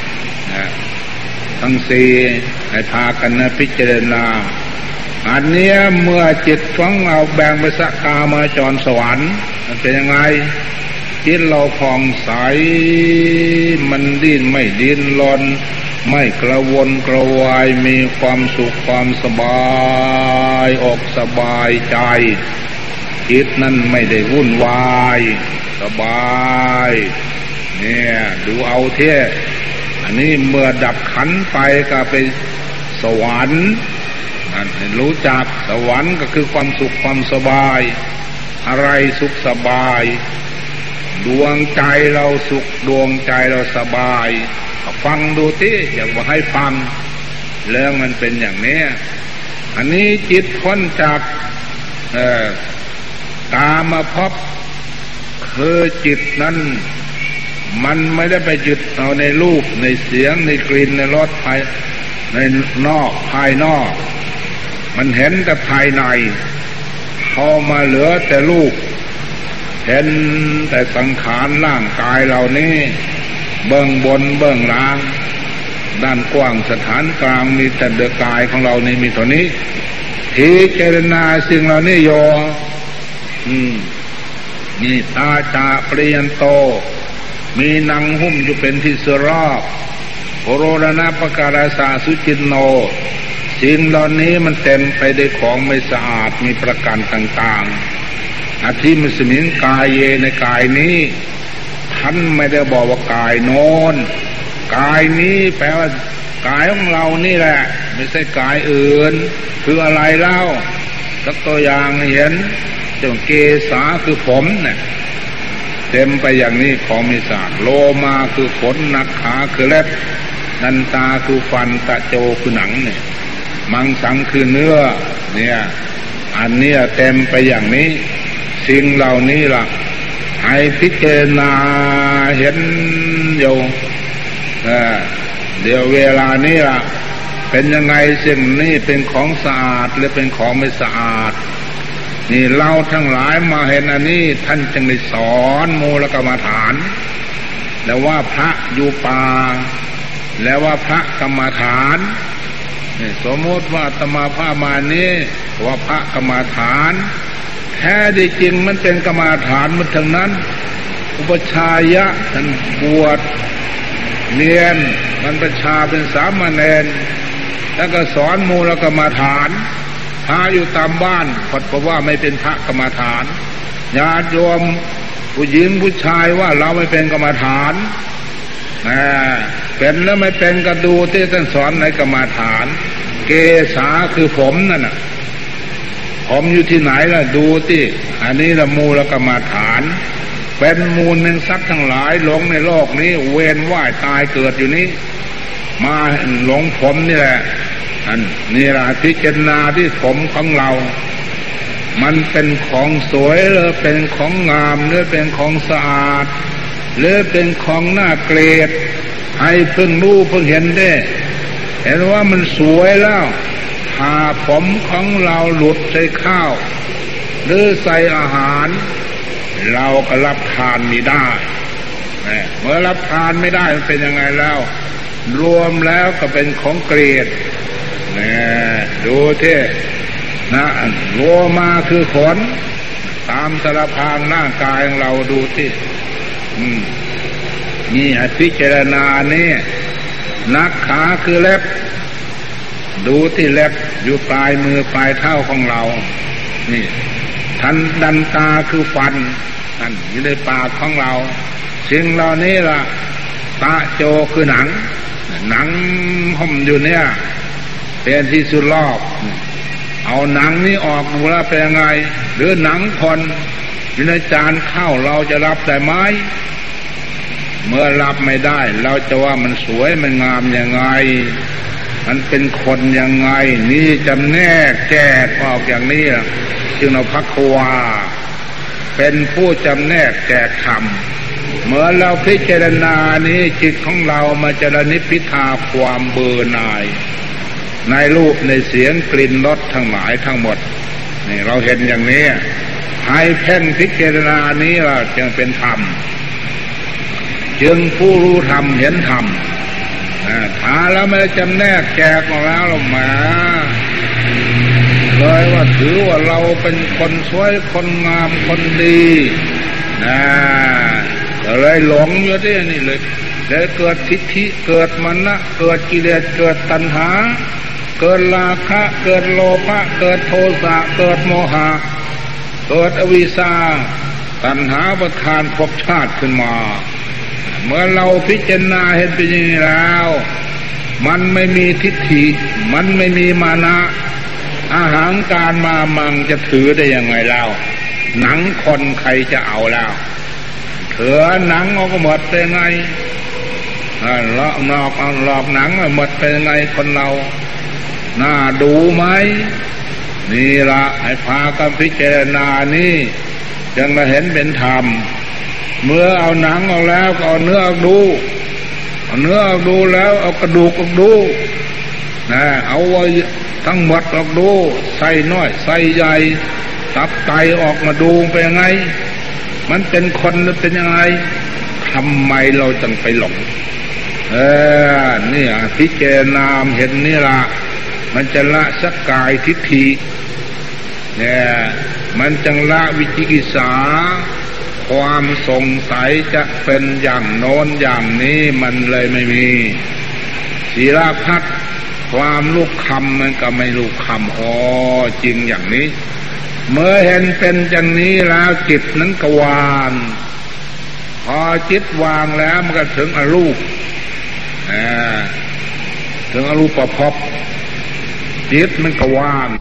ทั้งสี่ให้พากันนะพิจารณาอันเนี้ยเมื่อจิตของเราแบ่งไปสักกามาจรสวรรค์มันเป็นยังไงจิตเราผ่องใสมันดิ้นไม่ดิ้นรนไม่กระวนกระวายมีความสุขความสบายอกสบายใจจิตนั้นไม่ได้วุ่นวายสบายเนี่ยดูเอาเท่อันนี้เมื่อดับขันไปก็ไปสวรรค์รู้จักสวรรค์ก็คือความสุขความสบายอะไรสุขสบายดวงใจเราสุขดวงใจเราสบายฟังดูที่อยากมาให้ฟังเรื่องมันเป็นอย่างนี้อันนี้จิตพ้นจากเอ่อกามภพคือจิตนั้นมันไม่ได้ไปยึดเอาในรูปในเสียงในกลิ่นในรสภายในนอกภายนอกมันเห็นแต่ภายในเข้ามาเหลือแต่รูปเห็นแต่สังขารร่างกายเรานี่เบื้องบนเบื้องล่างด้านกว้างสถานกลางมีแต่เดือกายของเรานี่มีเท่านี้พิจารณาสิ่งเหล่านี้โยอืมนี่ตาจาเปรียนโตมีหนังหุ้มอยู่เป็นที่สรอบโอโรรณปการาสาสุจินโนสิ่งเหล่านี้มันเต็มไปด้วยของไม่สะอาดมีประการต่างๆอาทิมุสมิงกายเยในกายนี้ท่านไม่ได้บอกว่ากายโน้นกายนี้แปลว่ากายของเรานี่แหละไม่ใช่กายอื่นคืออะไรเล่าสักตัวอย่างเห็นเจ้าเกศาคือผมเนี่ยเต็มไปอย่างนี้ของมีสารโลมาคือขนนักขาคือเล็บนันตาคือฟันตะโจคือหนังเนี่ยมังสังคือเนื้อเนี่ยอันนี้เต็มไปอย่างนี้สิ่งเหล่านี้ล่ะให้พิจารณาเห็นอยู่เดี๋ยวเวลานี้ล่ะเป็นยังไงสิ่งนี้เป็นของสะอาดหรือเป็นของไม่สะอาดนี่เราทั้งหลายมาเห็นอันนี้ท่านจึงได้สอนมูลกรรมฐานแล้วว่าพระอยู่ป่าแล้วว่าพระกรรมฐานนี่สมมติว่าอาตมาพามานี้ว่าพระกรรมฐานแท้ที่จริงมันเป็นกรรมฐานมันทั้งนั้นอุปชายะท่านบวชเรียนมันประชาเป็นสามเณรแล้วก็สอนมูลกรรมฐานพระอยู่ตามบ้านเพราะว่าไม่เป็นพระกรรมฐานญาติโยมผู้หญิงผู้ชายว่าเราไม่เป็นกรรมฐานนะเป็นแล้วไม่เป็นก็ดูที่ท่านสอนในกรรมฐานเกศาคือผมนั่นน่ะผมอยู่ที่ไหนล่ะดูที่อันนี้ละมูลกรรมฐานเป็นมูลแห่งสัตว์ทั้งหลายหลงในโลกนี้เวียนว่ายตายเกิดอยู่นี้มาหลงผมนี่แหละอันนี่ล่ะพิจารณาที่ผมของเรามันเป็นของสวยหรือเป็นของงามหรือเป็นของสะอาดหรือเป็นของน่าเกลียดให้เพิ่งรู้เพิ่งเห็นได้เห็นว่ามันสวยแล้วถ้าผมของเราหลุดใส่ข้าวหรือใส่อาหารเราก็รับทานไม่ได้เมื่อรับทานไม่ได้มันเป็นยังไงแล้วรวมแล้วก็เป็นของเกลียดดูเท่นะโลมาคือขนตามสารพางร่างกายของเราดูที่นี่ให้พิจารณานี่นักขาคือเล็บดูที่เล็บอยู่ปลายมือปลายเท้าของเรานี่ทันดันตาคือฟันนั่นอยู่ในปากของเราสิ่งเหล่านี้ล่ะตาโจคือหนังหนังห่มอยู่เนี่ยเป็นที่สุดรอบเอาหนังนี้ออกดูแล้วเป็นยังไงหรือหนังคนอยู่ในจานข้าวเราจะรับได้ไหมเมื่อรับไม่ได้เราจะว่ามันสวยมันงามยังไงมันเป็นคนยังไงนี่จำแนกแจกออกอย่างนี้จึงเราพักวาเป็นผู้จำแนกแจกธรรมเมื่อเราพิจารณานี้จิตของเรามาจรณิพพิทาความเบื่อหน่ายในรูปในเสียงกลิ่นรสทั้งหลายทั้งหมดนี่เราเห็นอย่างนี้ให้เพ่งพิจารณานี้เราจึงเป็นธรรมจึงผู้รู้ธรรมเห็นธรรมถ้าแล้วไม่จำแนกแจกมาแล้วเรามาเลยว่าถือว่าเราเป็นคนสวยคนงามคนดีนะก็เลยหลงอยู่ที่นี่เลยเลยเกิดทิฏฐิเกิดมานะเกิดกิเลสเกิดตัณหาเกิดราคะเกิดโลภะเกิดโทสะเกิดโมหะเกิดอวิชชาตัณหาประทานภพชาติขึ้นมาเมื่อเราพิจารณาเห็นเป็นอย่างนี้แล้วมันไม่มีทิฏฐิมันไม่มีมานะอาหารการมามังจะถือได้ยังไงแล้วหนังคนใครจะเอาแล้วเถือหนังเอาก็หมดเป็นไงเลาะนอกเอาหลอกหนังหมดเป็นไงคนเราน่าดูไหมนี่ละให้พากันพิจารณานี่จึงมาเห็นเป็นธรรมเมื่อเอาหนังออกแล้วก็เอาเนื้อออกดูเอาเนื้อออกดูแล้วเอากระดูกออกดูนะเอาไว้ทั้งหมดออกดูไส้น้อยไส้ใหญ่ตับไตออกมาดูเป็นยังไงมันเป็นคนหรือเป็นยังไงทำไมเราจึงไปหลงเออนี่พิจารณาเห็นนี่ละมันจะละสักกายทิฏฐิเนี่ยมันจึงละวิจิกิจฉาความสงสัยจะเป็นอย่างโน้นอย่างนี้มันเลยไม่มีศีลพัฒน์ความลูกคำมันก็ไม่ลูกคำอ๋อจริงอย่างนี้เมื่อเห็นเป็นอย่างนี้แล้วจิตนั้นก็วางพอจิตวางแล้วมันก็ถึงอรูปอ่าถึงอรูปภพจิตมันก็ว่าง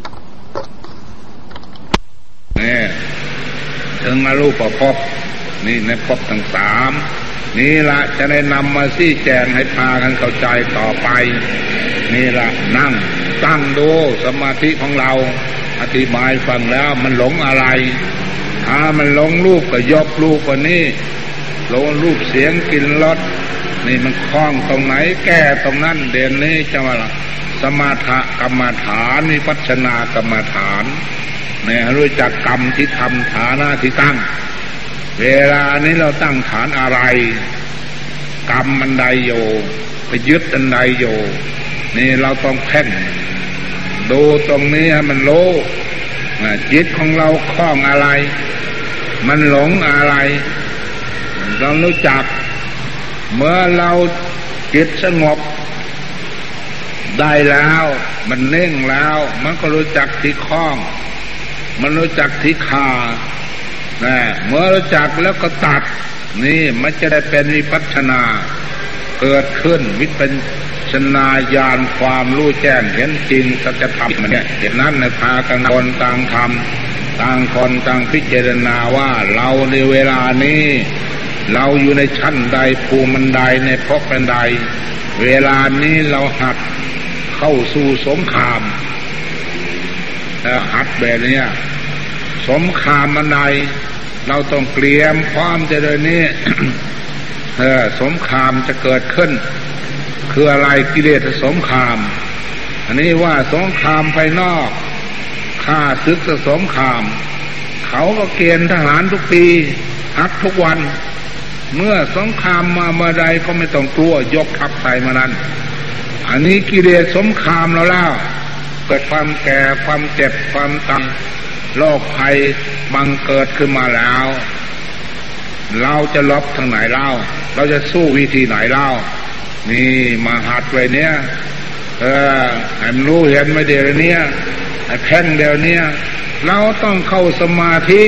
นี่ถึงอรูปภพนี่ในภพทั้งสามนี่ละจะได้นำมาชี้แจงให้พากันเข้าใจต่อไปนี่ละนั่งตั้งดูสมาธิของเราอธิบายฟังแล้วมันหลงอะไรถ้ามันหลงรูปก็ยกรูปกว่านี้หลงรูปเสียงกลิ่นรสนี่มันคล้องตรงไหนแก้ตรงนั้นเด่นนี้จะว่าสมาธิกรรมฐานวิปัสสนากรรมฐานเนี่ยรู้จักกรรมที่ทำฐานะที่ตั้งเวลานี้เราตั้งฐานอะไรกรรมมันใดโยไปยึดอันใดโยนี่เราต้องเพ่งดูตรงนี้ให้มันรู้จิตของเราคล้องอะไรมันหลงอะไรเรารู้จักเมื่อเราจิตสงบได้แล้วมันเน่งแล้วมันก็รู้จักที่คล้องมันรู้จักที่คานะเมื่อรู้จักแล้วก็ตัดนี่มันจะได้เป็นวิปัสสนาเกิดขึ้นวิปัสสนาญาณความรู้แจ้งเห็นจริงสัจธรรมมันเนี่ยเหตุนั้นในพากันคนต่างทำต่างคนต่างพิจารณาว่าเราในเวลานี้เราอยู่ในชั้นใดภูมิใดในภพใดเวลานี้เราหัดเข้าสู่สงครามแล้วหัดแบบนี้สงครามอันใดเราต้องเตรียมพร้อมจะเดี๋ยวนี้ เออสงครามจะเกิดขึ้นคืออะไรกิเลสสงครามอันนี้ว่าสงครามภายนอกข้าศึกสงครามเขาก็เกณฑ์ทหารทุกปีหัดทุกวันเมื่อสงครามมาเมื่อใดก็ไม่ต้องกลัวยกทัพใส่มานั้นอันนี้กิเลสสงครามเราแล้วเกิดความแก่ความเจ็บความตายโรคภัยบังเกิดขึ้นมาแล้วเราจะลบทางไหนเล่าเราจะสู้วิธีไหนเล่านี่มาหัดไว้เนี้ยเออให้มันรู้เห็นไม่เดี๋ยวนี้ให้แพ่งเดี๋ยวนี้เราต้องเข้าสมาธิ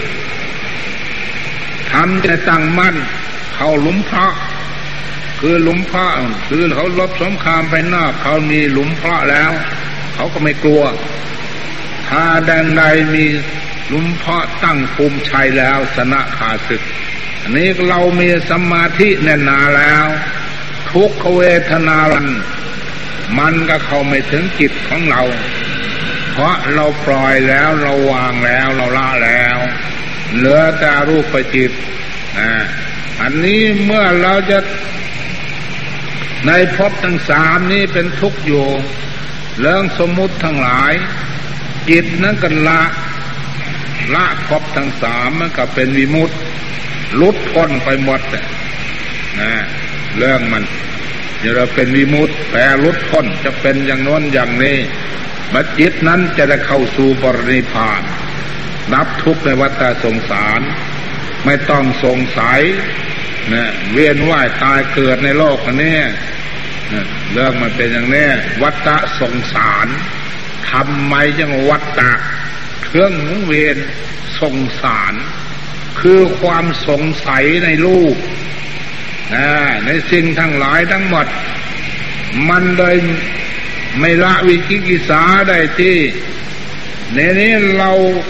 ทำจะตั้งมั่นเข้าหลุมพระคือหลุมพระคือเขาลบสงครามไปนอกเขามีหลุมพระแล้วเขาก็ไม่กลัวถ้าแดนใดมีหลุมพระตั้งภูมิชัยแล้วชนะขาศึกอันนี้เรามีสมาธิแน่นหนาแล้วทุกขเวทนามันมันก็เข้าไม่ถึงจิตของเราเพราะเราปล่อยแล้วเราวางแล้วเราละแล้วเหลือแต่รูปจิตอ่าอันนี้เมื่อเราจะในภพทั้งสามนี้เป็นทุกข์อยู่เรื่องสมมุติทั้งหลายจิตนั้นก็ละละภพทั้งสามมันก็เป็นวิมุตติหลุดพ้นไปหมดนะเรื่องมันเดี๋ยวเราเป็นวิมุตติแปลหลุดพ้นจะเป็นอย่างโน้นอย่างนี้มัจจิตนั้นจะได้เข้าสู่ปรินิพพานนับทุกข์ในวัฏสงสารไม่ต้องสงสัยนะเวียนว่ายตายเกิดในโลกนี้เรื่องมันเป็นอย่างนี้วัฏสงสารทำไมจึงวัฏฏะเครื่องเวียนสงสารคือความสงสัยในรูปในสิ่งทั้งหลายทั้งหมดมันเลยไม่ละวิจิกิจฉาได้ที่ในนี้เรา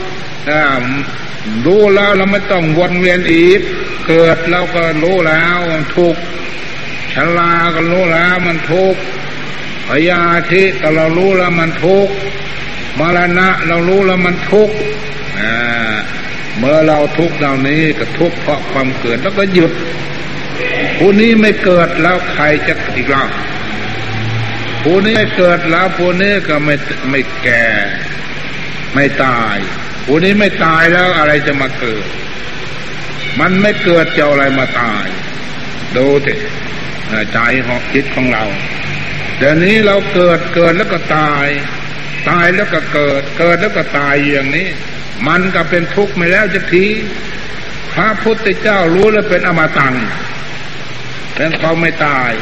รู้แล้วเราไม่ต้องวนเวียนอีกเกิดเราก็รู้แล้วมันทุกข์ชราก็รู้แล้วมันทุกข์พยาธิก็เรารู้แล้วมันทุกข์มรณะเรารู้แล้วมันทุกข์เมื่อเราทุกข์เหล่านี้ก็ทุกข์เพราะความเกิดแล้วก็หยุดผู้นี้ไม่เกิดแล้วใครจะอีกล่ะผู้นี้ไม่เกิดแล้วผู้นี้ก็ไม่ไม่แก่ไม่ตายผู้นี้ไม่ตายแล้วอะไรจะมาเกิดมันไม่เกิดจะอะไรมาตายดูสิใจของจิตของเราเดี๋ยวนี้เราเกิดเกิดแล้วก็ตายตายแล้วก็เกิดเกิดแล้วก็ตายอย่างนี้มันก็เป็นทุกข์ไม่แล้วจะทีพระพุทธเจ้ารู้แล้วเป็นอมตะเป็นเขาไม่ตาย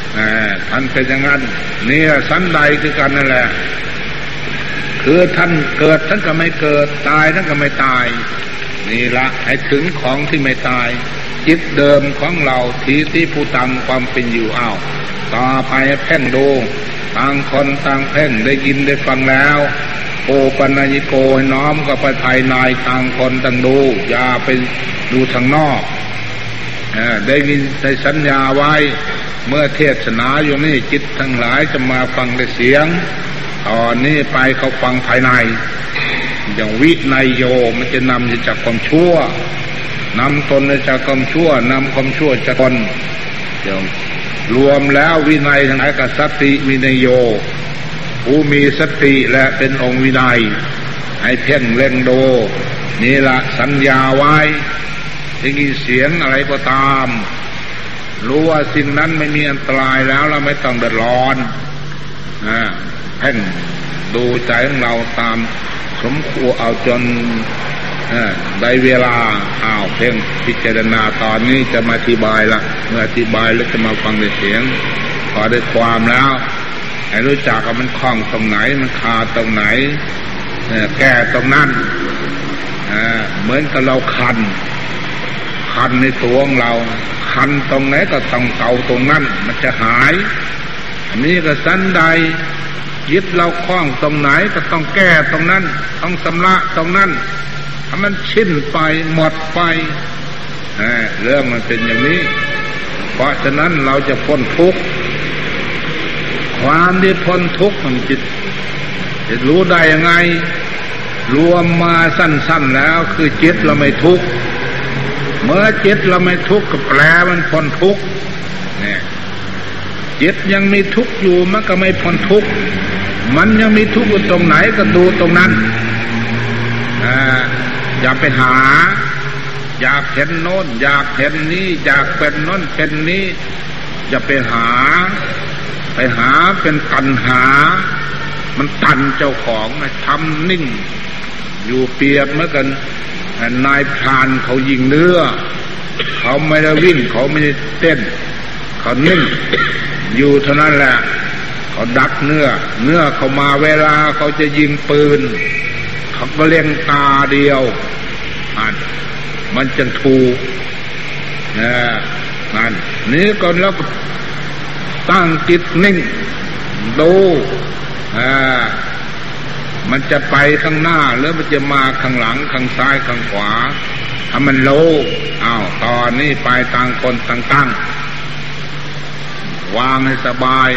ท่านเป็นอย่างนั้นนี่สันใดคือกันนั่นแหละคือท่านเกิดท่านก็ไม่เกิดตายท่านก็ไม่ตายนี่ละให้ถึงของที่ไม่ตายจิตเดิมของเราทีที่ผู้ตามความเป็นอยู่อ้าวต่อไปเพ่งดูต่างคนต่างเพ่งได้ยินได้ฟังแล้วโอปัญญิโกให้น้อมก็ไปภายในต่างคนต่างดูอย่าไปดูทางนอกได้ยินได้สัญญาไว้เมื่อเทศนาอยู่นี่จิตทั้งหลายจะมาฟังได้เสียงตอนนี้ไปเขาฟังภายในอย่างวินัยโยมันจะนำจากความชั่วนำตนจากความชั่วนำความชั่วจากตนเดี๋ยวรวมแล้ววินัยทั้งหลายกับสติวินัยโยผู้มีสติและเป็นองค์วินัยให้เพ่งเล็งดูนี่ละสัญญาไว้ได้ยินเสียงอะไรก็ตามรู้ว่าสิ่งนั้นไม่มีอันตรายแล้วเราไม่ต้องเดือดร้อนนะเพ่งดูใจของเราตามสมควรเอาจนได้เวลาอ้าวเพ่งพิจารณาตอนนี้จะมาอธิบายละเมื่ออธิบายแล้วจะมาฟังในเสียงพอได้ความแล้วให้รู้จักว่ามันคล้องตรงไหนมันคาตรงไหนแก้ตรงนั้นเหมือนกับเราคันคันในตัวของเราคันตรงไหนก็ต้องเกาตรงนั้นมันจะหายอันนี้ก็สันใดยึดเราคล้องตรงไหนก็ต้องแก้ตรงนั้นต้องชำระตรงนั้นถ้ามันชิ้นไปหมดไปเรื่องมันเป็นอย่างนี้เพราะฉะนั้นเราจะพ้นทุกข์ความที่พ้นทุกข์ของจิตจะรู้ได้ยังไงรวมมาสั้นๆแล้วคือจิตเราไม่ทุกข์เมื่อจิตเราไม่ทุกข์ก็แปลมันพ้นทุกข์เนี่ยจิตยังมีทุกข์อยู่มันก็ไม่พ้นทุกข์มันยังมีทุกข์อยู่ตรงไหนก็ดูตรงนั้นอ่าอย่าไปหาอยากเห็นโน้นอยากเห็นนี้อยากเป็นโน้นเป็นนี้อย่าไปหาไปหาเป็นตัณหามันตันเจ้าของนะทำนิ่งอยู่เปรียบเหมือนกันนายพรานเขายิงเนื้อเขาไม่ได้วิ่งเขาไม่ได้เต้นเขานิ่งอยู่เท่านั้นแหละเขาดักเนื้อเนื้อเขามาเวลาเขาจะยิงปืนเขาก็เล็งตาเดียวมันจะถูกนะนั่นนี่ก่อนแล้วตั้งจิตนิ่งดูอ่ามันจะไปข้างหน้าหรือมันจะมาข้างหลังข้างซ้ายข้างขวาถ้ามันโลอ้าวตอนนี้ไปต่างคนต่างตั้งวางให้สบาย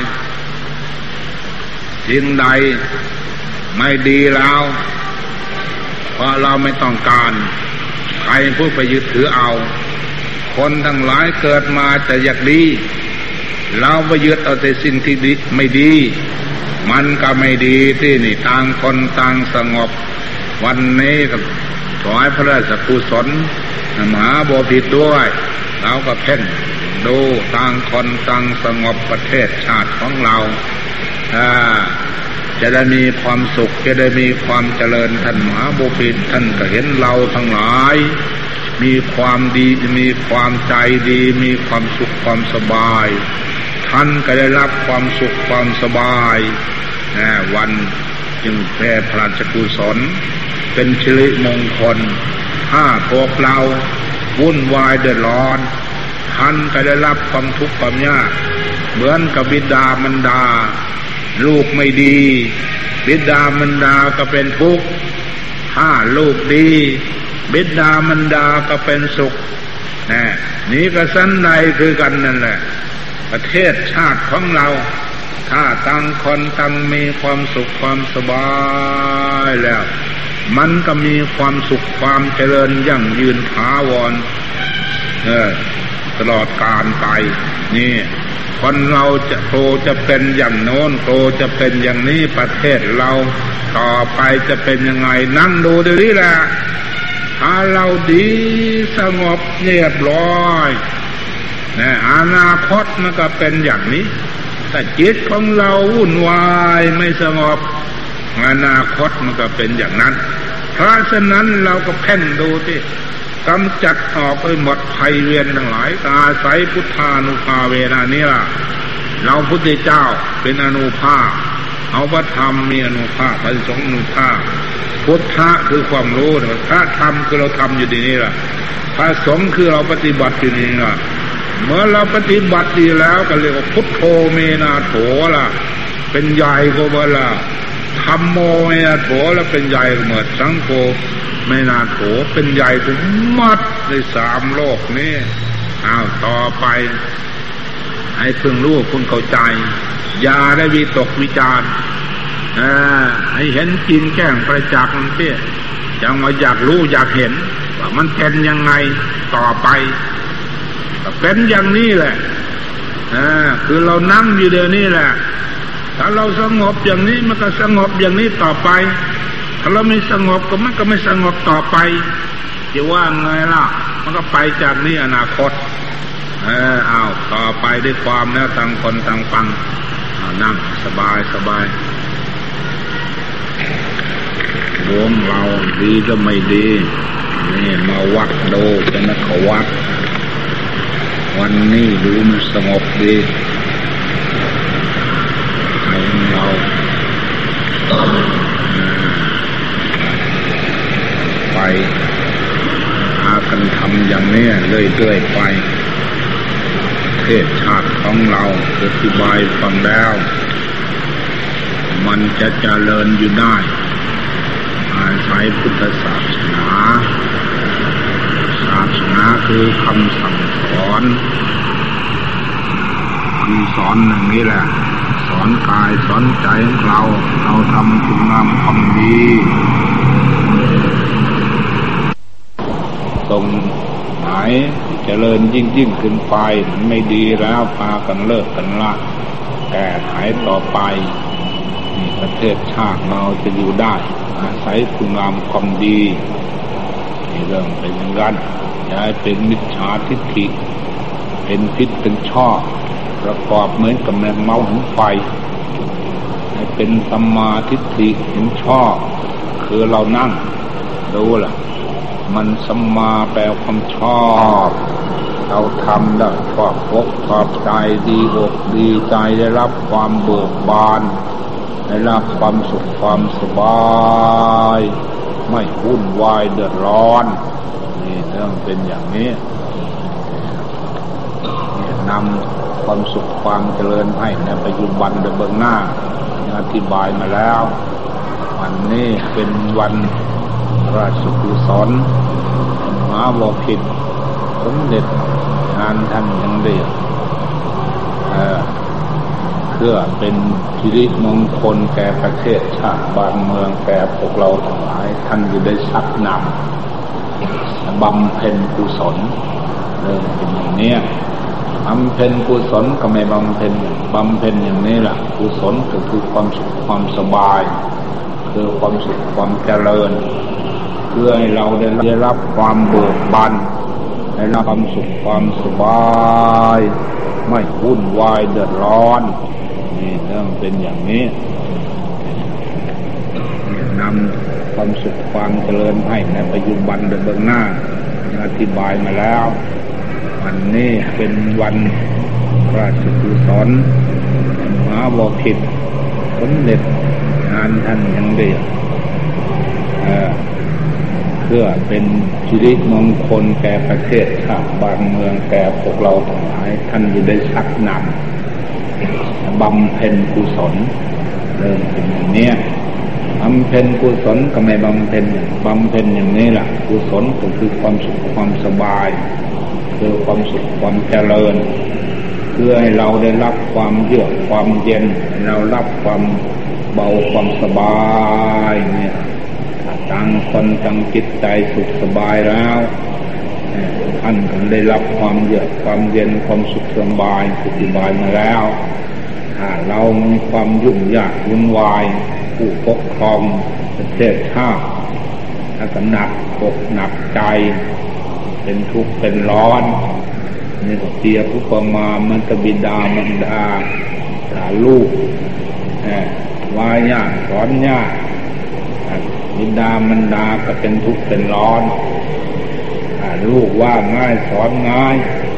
สิ่งใดไม่ดีแล้วเพราะเราไม่ต้องการใครพูดไปยึดถือเอาคนทั้งหลายเกิดมาจะอยากดีเราไปยึดเอาแต่สิ่งที่ดีไม่ดีมันก็ไม่ดีที่นี่ต่างคนต่างสงบวันนี้ก็ขอให้พระราชกุศลมหาบพิตรด้วยเราก็เพ่งดูต่างคนต่างสงบประเทศชาติของเราอ่าจะได้มีความสุขจะได้มีความเจริญท่านมหาบพิตรท่านก็เห็นเราทั้งหลายมีความดีมีความใจดีมีความสุขความสบายท่านก็ได้รับความสุขความสบายวันจึงแผ่พระราชกุศลเป็นสิริมงคลถ้าพวกเราวุ่นวายเดือดร้อนท่านก็ได้รับความทุกข์ความยากเหมือนกับบิดามารดาลูกไม่ดีบิดามารดาก็เป็นทุกข์ถ้าลูกดีบิดามารดาก็เป็นสุขนี่ก็สันใดคือกันนั่นแหละประเทศชาติของเราถ้าต่างคนต่างมีความสุขความสบายแล้วมันก็มีความสุขความเจริญยั่งยืนถาวรเออตลอดกาลไปนี่คนเราจะโตจะเป็นอย่างโน้นโตจะเป็นอย่างนี้ประเทศเราต่อไปจะเป็นยังไงนั่งดูดูนี่แหละถ้าเราดีสงบเรียบร้อยเนี่ยอนาคตมันก็เป็นอย่างนี้แต่จิตของเราวุ่นวายไม่สงบอนาคตมันก็เป็นอย่างนั้นเพราะฉะนั้นเราก็เพ่งดูที่กำจัดออกไปหมดภัยเวรทั้งหลายอาศัยพุทธานุภาเวนะนี่ล่ะเราพุทธเจ้าเป็นอนุภาพเอาพระธรรมมีอนุภาพพระสงฆ์อนุภาพพุทธะคือความรู้พระธรรมคือเราทำอยู่ที่นี่แหละพระสงฆ์คือเราปฏิบัติอยู่นี่แหละเมื่อเราปฏิบัติดีแล้วก็เรียกว่าพุทโธเมนาโถล่ะเป็นใหญ่กว่าเวลาธัมโมเมนาโถแล้วเป็นใหญ่เหมือนสังโฆเมนาโถเป็นใหญ่ถึงมัดในสามโลกนี้อ้าวต่อไปให้เพิ่งรู้เพิ่งเข้าใจอย่าได้วิตกวิจารณ์ให้เห็นจริงแจ้งประจักษ์นั่นเองยังมาอยากรู้อยากเห็นว่ามันเป็นยังไงต่อไปเป็นอย่างนี้แหละคือเรานั่งอยู่เดี๋ยวนี้แหละถ้าเราสงบอย่างนี้มันก็สงบอย่างนี้ต่อไปถ้าเราไม่สงบก็มันก็ไม่สงบต่อไปจะว่าไงล่ะมันก็ไปจากนี้อนาคตเออเอาต่อไปด้วยความแล้วต่างคนต่างฟังนั่งสบายสบายดวงเราดีก็ไม่ดีนี่มาวัดดูเป็นนักวัดวันนี้ดูมันสงบดีให้เราไปพากันทำอย่างนี้เรื่อยๆไปเทศชาติของเราอธิบายฟังแล้วมันจะเจริญอยู่ได้อาศัยพุทธศาสนาศาสนาคือคำสั่งสอนคำสอนอย่างนี้แหละสอนกายสอนใจของเราเราทำคุณงามความดีตรงไหนเจริญยิ่งยิ่งขึ้นไปมันไม่ดีแล้วพากันเลิกกันละแก้ไขต่อไปนี่ประเทศชาติเราจะอยู่ได้อาศัยคุณงามความดีนี่เรื่องเป็นอย่างนั้นอย่าให้เป็นมิจฉาทิฏฐิเป็นพิษเป็นชอบประกอบเหมือนกับแมงเม่าหินไฟให้เป็นสัมมาทิฏฐิเห็นชอบคือเรานั่งรู้ล่ะมันสัมมาแปลความชอบเราทำได้ชอบอกชอบใจดีอกดีใจได้รับความเบิกบานได้รับความสุขความสบายไม่วุ่นวายเดือดร้อนนี่เรื่องเป็นอย่างนี้นำความสุขความเจริญให้ในปัจจุบันในเบื้องหน้าอธิบายมาแล้ววันนี้เป็นวันราชกุศลมหาบพิตรสมเด็จงานท่านยังเดียวเพื่อเป็นสิริมงคลแก่ประเทศชาติบ้านเมืองแก่พวกเราทั้งหลายท่านจะได้ชักนำบำเพ็ญกุศลเริ่มเป็นอย่างนี้บำเพ็ญกุศลก็ไม่บำเพ็ญบำเพ็ญอย่างนี้แหละกุศลก็คือความสุขความสบายคือความสุขความเจริญเพื่อให้เราได้รับความเบิกบานได้รับความสุขความสบายไม่วุ่นวายเดือดร้อนนี่เรื่องเป็นอย่างนี้นำความสุขความเจริญให้ในปัจจุบันในเบื้องหน้าอธิบายมาแล้ววันนี้เป็นวันราชกุศลมหาบพิตรสมเด็จงานท่านยังเดียวเพื่อเป็นสิริมงคลแก่ประเทศชาติบ้านเมืองแก่พวกเราทั้งหลายท่านจะได้ชักนำบำเพ็ญกุศลเริ่มเป็นอย่างนี้บำเพ็ญกุศลก็ไม่บำเพ็ญบำเพ็ญอย่างนี้แหละกุศลก็คือความสุขความสบายคือความสุขความเจริญเพื่อให้เราได้รับความเยือกความเย็นเรารับความเบาความสบายเนี่ยต่างคนต่างจิตใจสุขสบายแล้วท่านก็ได้รับความเยือกความเย็นความสุขสบายอธิบายมาแล้วถ้าเรามีความยุ่งยากวุ่นวายผู้ปกครองประเทศชาติถ้าก็หนักอกหนักใจเป็นทุกข์เป็นร้อนนี่ก็เปรียบอุปมามันตบิดามารดาสาลูกวายาสอนญาติบิดามารดาก็เป็นทุกข์เป็นร้อนลูกว่าง่ายสอนง่าย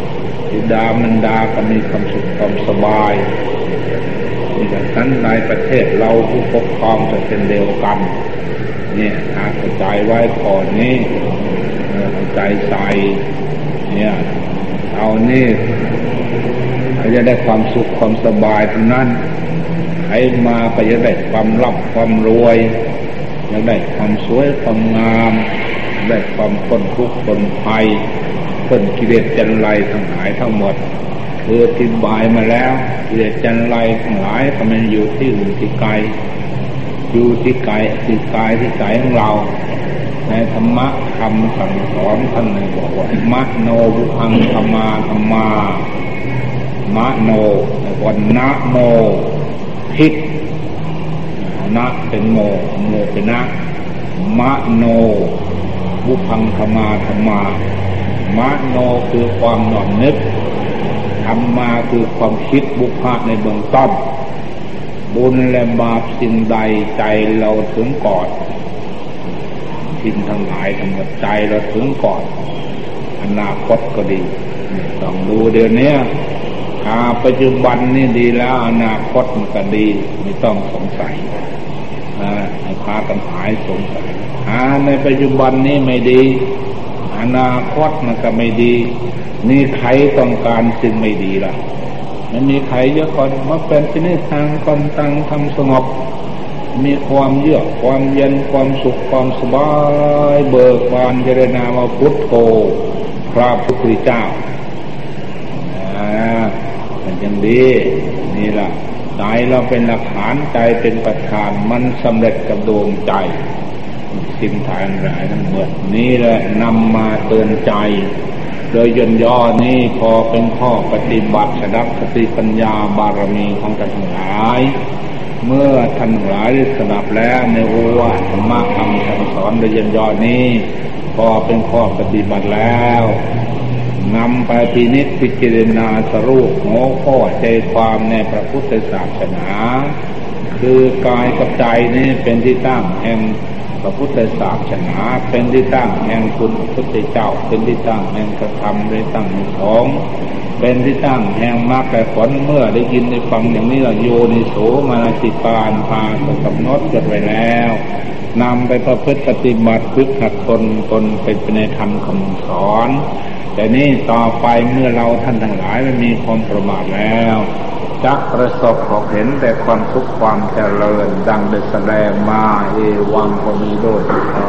บิดามารดาก็มีความสุขความสบายนี่ดังนั้นในประเทศเราผู้ปกครองจะเป็นเดียวกันเนี่ยหากเข้าใจไว้ก่อนนี้เข้าใจใส่เนี่ยเอานี่เขาจะได้ความสุขความสบายทั้งนั้นให้มาก็จะได้ความร่ำความรวยจะได้ความสวยความงามได้ความพ้นทุกข์พ้นภัยพ้นกิเลสจันไรทั้งหลายทั้งหมดคืออธิบายมาแล้วกิเลสจันไรทั้งหลายก็มันอยู่ที่อื่นที่ไกลอยู่ที่กายที่กายที่ใจของเราในธรรมะคำสั่งสอนท่านเลยบอกว่ามโนบุพังธรรมาธรรมามโนวันนะโมทิฏนะเป็นโมโมเป็นนะมโนบุพังธรรมาธรรมามโนคือความหน่อมนึกธรรมาคือความคิดบุพะในเบื้องต้นบุญและบาปสิ่งใดใจเราถึงก่อนสิ่งทั้งหลายทั้งหมดใจเราถึงก่อนอนาคตก็ดีต้องดูเดี๋ยวนี้อาปัจจุบันนี่ดีแล้วอนาคตมันก็ดีไม่ต้องสงสัยนะให้พากันหายสงสัยหาในปัจจุบันนี้ไม่ดีอนาคตมันก็ไม่ดีนี่ใครต้องการสิ่งไม่ดีล่ะมันมีใครเยอะคนมาเป็นที่นี่ทางคนตั้งทำสงบมีความเยือกความเย็นความสุขความสบายเบิกบานเจริญนามพุทโธพระพุทธเจ้าอ่ามันยังดีนี่ล่ะใจเราเป็นหลักฐานใจเป็นประธานมันสำเร็จกับดวงใจสิ่งทางหลายทั้งหมดนี่แหละนำมาเตือนใจโดยย่นย่อนี้พอเป็นข้อปฏิบัติสดับสติปัญญาบารมีของท่านทั้งหลายเมื่อท่านทั้งหลายได้สดับแล้วในโอวาทธรรมะคำสั่งสอนโดยย่นย่อนี้พอเป็นข้อปฏิบัติแล้วนำไปพินิจพิจารณาสรุปหัวข้อใจความในพระพุทธศาสนาคือกายกับใจนี้เป็นที่ตั้งแห่งพระพุทธศาสนาเป็นที่ตั้งแห่งคุณพระพุทธเจ้าเป็นที่ตั้งแห่งพระธรรมเป็นที่ตั้งแห่งสงฆ์เป็นที่ตั้งแห่งมรรคและผลเมื่อได้ยินได้ฟังอย่างนี้ละโยนิโสมนสิการพาสกำหนดจดไว้แล้วนำไปประพฤติปฏิบัติฝึกหัดตนตนเป็นไปในธรรมคำสอนแต่นี้ต่อไปเมื่อเราท่านทั้งหลายไม่มีความประมาทแล้วจักประสบพบเห็นแต่ความสุขความเจริญดังได้แสดงมาเอวังก็มีโดยเอา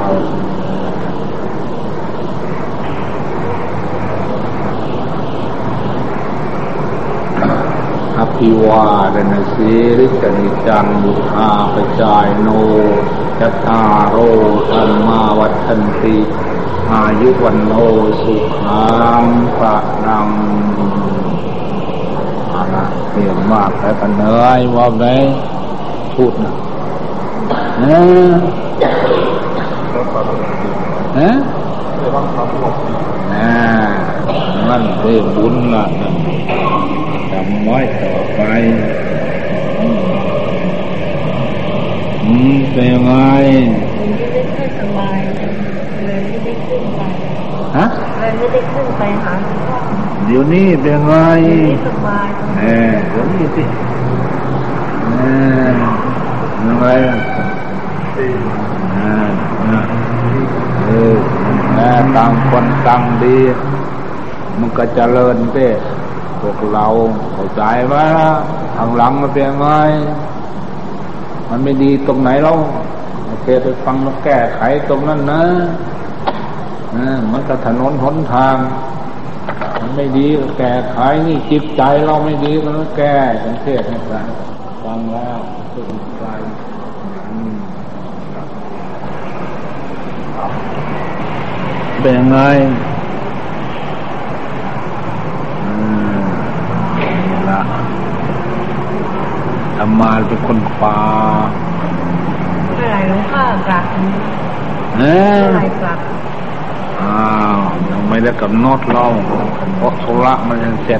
อภิวาทนาสีริกนิจังบุหาปจายโนจัตตาโรธรรมาวัฏันติอายุวันโนสุขังพระนังเปลี่ยนมากแต่กันเนยว่าไงพูดนะเออเออน่านั่นเป็นบุญละนั่นจำไว้ต่อไปอืมเป็นไงไม่ได้สบายเลยไม่ได้ขึ้นไปฮะเลยไม่ได้ขึ้นไปหาเดี๋ยวนี้เป็นไงสบายเออเดี๋ยวนี้สิเออยังไงอ่าเออแต่ต่างคนต่างดีมันก็เจริญเต้พวกเราเข้าใจว่าทางหลังมันเป็นไงมันไม่ดีตรงไหนเราโอเคไปฟังแล้วแก้ไขตรงนั้นนะมันก็ถนนหนทางมันไม่ดีก็แก้ไขนี่จิตใจเราไม่ดีก็แก้สังเกตให้ฟังฟังแล้วสุดใจเป็นยังไงนี่ละธรรมาเป็นคนป่าเมื่อไหร่หลวงพ่อกลับเมื่อไหร่กลับอ้าวยังไม่ได้กำหนดเราเพราะธุระมันยังเสร็จ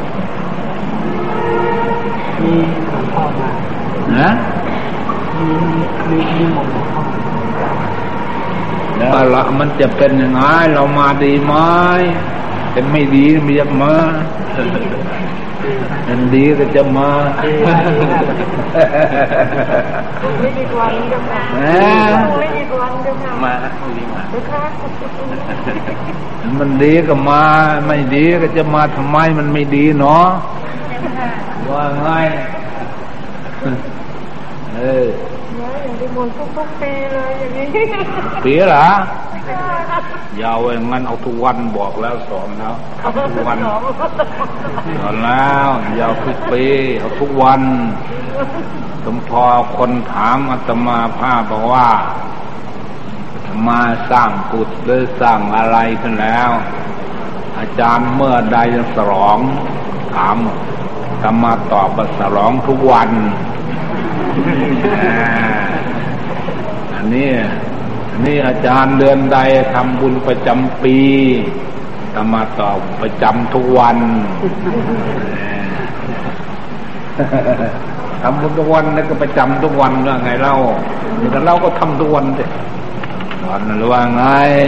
มีหลวงพ่อมานะมีมีมีหมดหลวงพ่อแล้วละมันจะเป็นยังไงเรามาดีไหมแต่ไม่ดีไม่อยากมามันดีก็จะมาไม่ดีกว่านี้ก็มาไม่ดีกว่านี้ก็มามาดีมามันดีก็มาไม่ดีก็จะมาทำไมมันไม่ดีเนาะว่าไงเอออย่างที่มันทุกๆปีเลยอย่างนี้ปีเหรอยาวอย่างงั้นเอาทุกวันบอกแล้วสอนแล้วเอาทุกวันสอนแล้วยาวทุกปีเอาทุกวันสมพอคนถามอาตมาภาพบอกว่ามาสร้างกุฏหรือสร้างอะไรขึ้นแล้วอาจารย์เมื่อใดจะฉลองถามอาตมาตอบว่าฉลองทุกวันอันนี้อันนี้อาจารย์เดือนใดทำบุญประจำปีอาตมาตอบประจำทุกวันทำบุญทุกวันแล้วก็ประจำทุกวันว่าไงเล่าแต่เราก็ทำทุกวันสิตอนนั้นว่าไง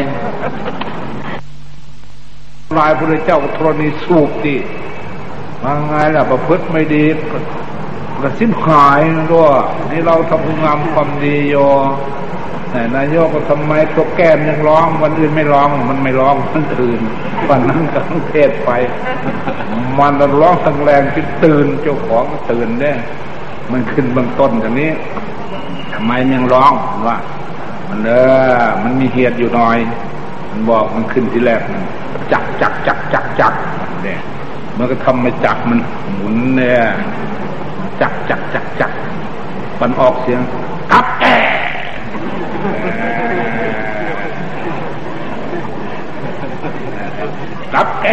ลายพระเจ้าธรณีสูบดิว่าไงล่ะประพฤติไม่ดีก็สิ้นหายด้วยนี่เราทำงามความดีโยแต่นายโยกก็ทำไมตัวแก้มยังร้องวันอื่นไม่ร้องมันไม่ร้องมันตื่นวันนั้นก็ต้องเทศไปมันร้องทั้งแรงจนตื่นเจ้าของก็ตื่นเนี่ยมันขึ้นเบื้องต้นอย่างนี้ทำไมยังร้องว่ามันเออมันมีเหตุอยู่หน่อยมันบอกมันขึ้นที่แรกมันจักจักจักจักจักเนี่ยมันก็ทำมาจักมันหมุนเนี่ยจักจักจักจักมันออกเสียงกับแอกับแอ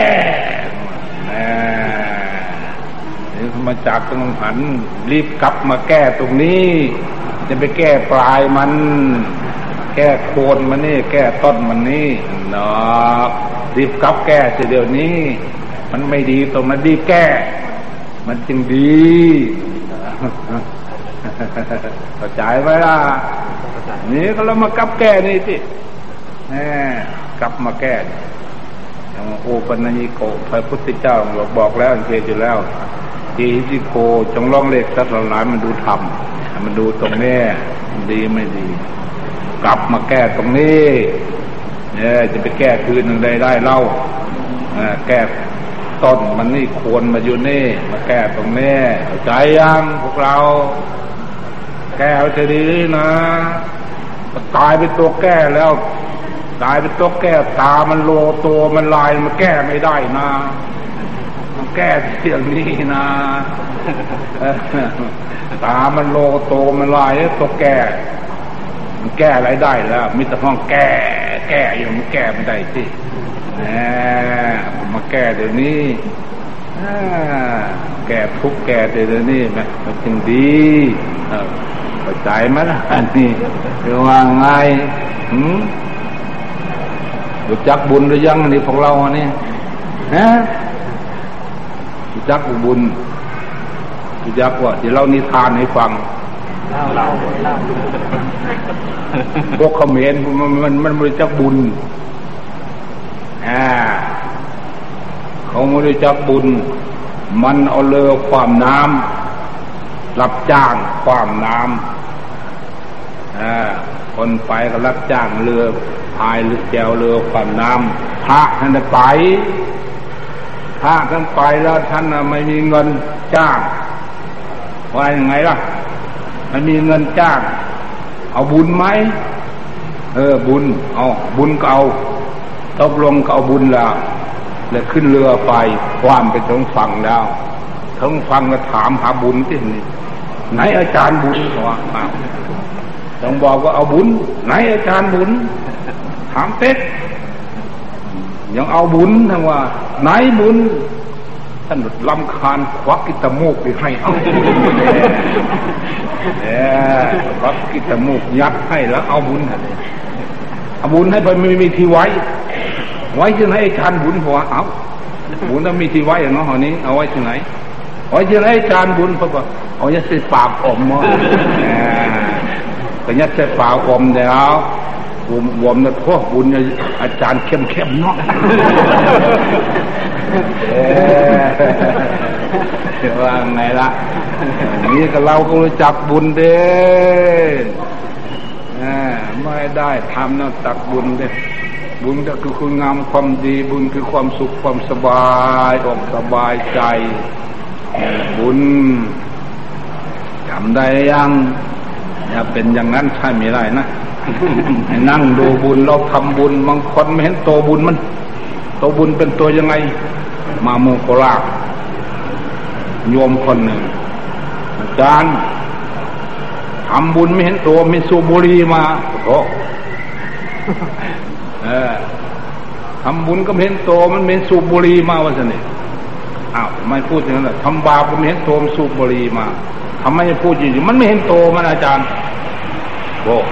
นี่มาจากตรงหันรีบกลับมาแก้ตรงนี้จะไปแก้ปลายมันแก้โคนมันนี่แก้ต้นมันนี่เนาะรีบกลับแก้เสียเดี๋ยวนี้มันไม่ดีตรงนั้นดีแก้มันจึงดีเข้าใจไหมล่ะนี่ก็เรามากลับแก้นี่สิแหมกลับมาแก้อย่างโอปัญญิโกพระพุทธเจ้าบอกแล้วเทศอยู่แล้วทีจิโกจงลองเล็กสักหลายมันดูธรรมมันดูตรงนี้ดีไม่ดีกลับมาแก้ตรงนี้เนี่ยจะไปแก้คืนหนึ่งได้ได้เล่าแก้ต้นมันนี่ควรมาอยู่นี่มาแก้ตรงนี้เข้าใจยังพวกเราแก้เอาจะดีนะตายเป็นตัวแก้แล้วตายเป็นตัวแก้ตามันโลตัวมันลายมันแก้ไม่ได้นะมันแก้เรื่องนี้นะตามันโลโตมันลายตัวแก้มันแก้อะไรได้แล้วมิตรห้องแก้แก้อยู่มันแก้ไม่ได้สิแหมมาแก้เดี๋ยวนี้แก้ทุกแก้เดี๋ยวนี้ไหมมันจึงดีเข้าใจไหมล่ะอันนี้คือว่าไงหืมรู้จักบุญหรือยังนี่พวกเราเนี่ยฮะรู้จักบุญรู้จักว่าเดี๋ยวเรานิทานให้ฟังเราพวกเขมรมันมันมันรู้จักบุญอ่าเขาไม่รู้จักบุญมันเอาเรือความน้ำรับจ้างความน้ำอ่าคนไปก็รับจ้างเรือพายหรือแจวเรือความน้ำพระท่านไปพระท่านไปแล้วท่านไม่มีเงินจ้างว่ายังไงล่ะไม่มีเงินจ้างเอาบุญไหมเออบุญเอาบุญก็เอาตกลงก็เอาบุญแล้วแล้วขึ้นเรือไปความไปถึงฝั่งแล้วถึงฝั่งก็ถามหาบุญที่นี่ไหนอาจารย์บุญเขาว่าอ้าวต้องบอกว่าเอาบุญไหนอาจารย์บุญถามเต๊กยังเอาบุญทั้งว่าไหนบุญท่านลำคาญควักกิตโมกไปให้เอาเนี่ยควักกิตโมกยัดให้แล้วเอาบุญเอาบุญให้ไปไม่มีที่ไว้ไว้ที่ไหนอาจารย์บุญหัวเอาบุญต้องมีที่ไว้อย่างน้องนี้เอาไว้ที่ไหนไว้ที่ไหนอาจารย์บุญเพราะว่าเอายัดใส่ปากอมมั้งก็ยัดใส่ปากอมเดี๋ยววมวมนะพวกบุญอาจารย์เข้มเข้มเนาะเออว่าไงล่ะนี่ก็เราก็รู้จักบุญเด้ไม่ได้ทำนะตักบุญเด้บุญก็คือคุณงามความดีบุญคือความสุขความสบายอกสบายใจบุญทำได้ยังอย่าเป็นอย่างนั้นใช่ไม่ได้นะให้นั่งดูบุญเราทำบุญบางคนไม่เห็นตัวบุญมันตัวบุญเป็นตัวยังไงมาโมโคราชโยมคนหนึ่งอาจารย์ทำบุญไม่เห็นตัวมีสูบบุหรี่มาโอ้เออทำบุญก็ไม่เห็นตัวมันมีสูบบุหรี่มาว่าสิเนี่ยอ้าวไม่พูดอย่างนั้นทำบาปก็ไม่เห็นตัวมันสูบบุหรี่มาทำไมจะพูดอยู่มันไม่เห็นตัวมันอาจารย์โอ้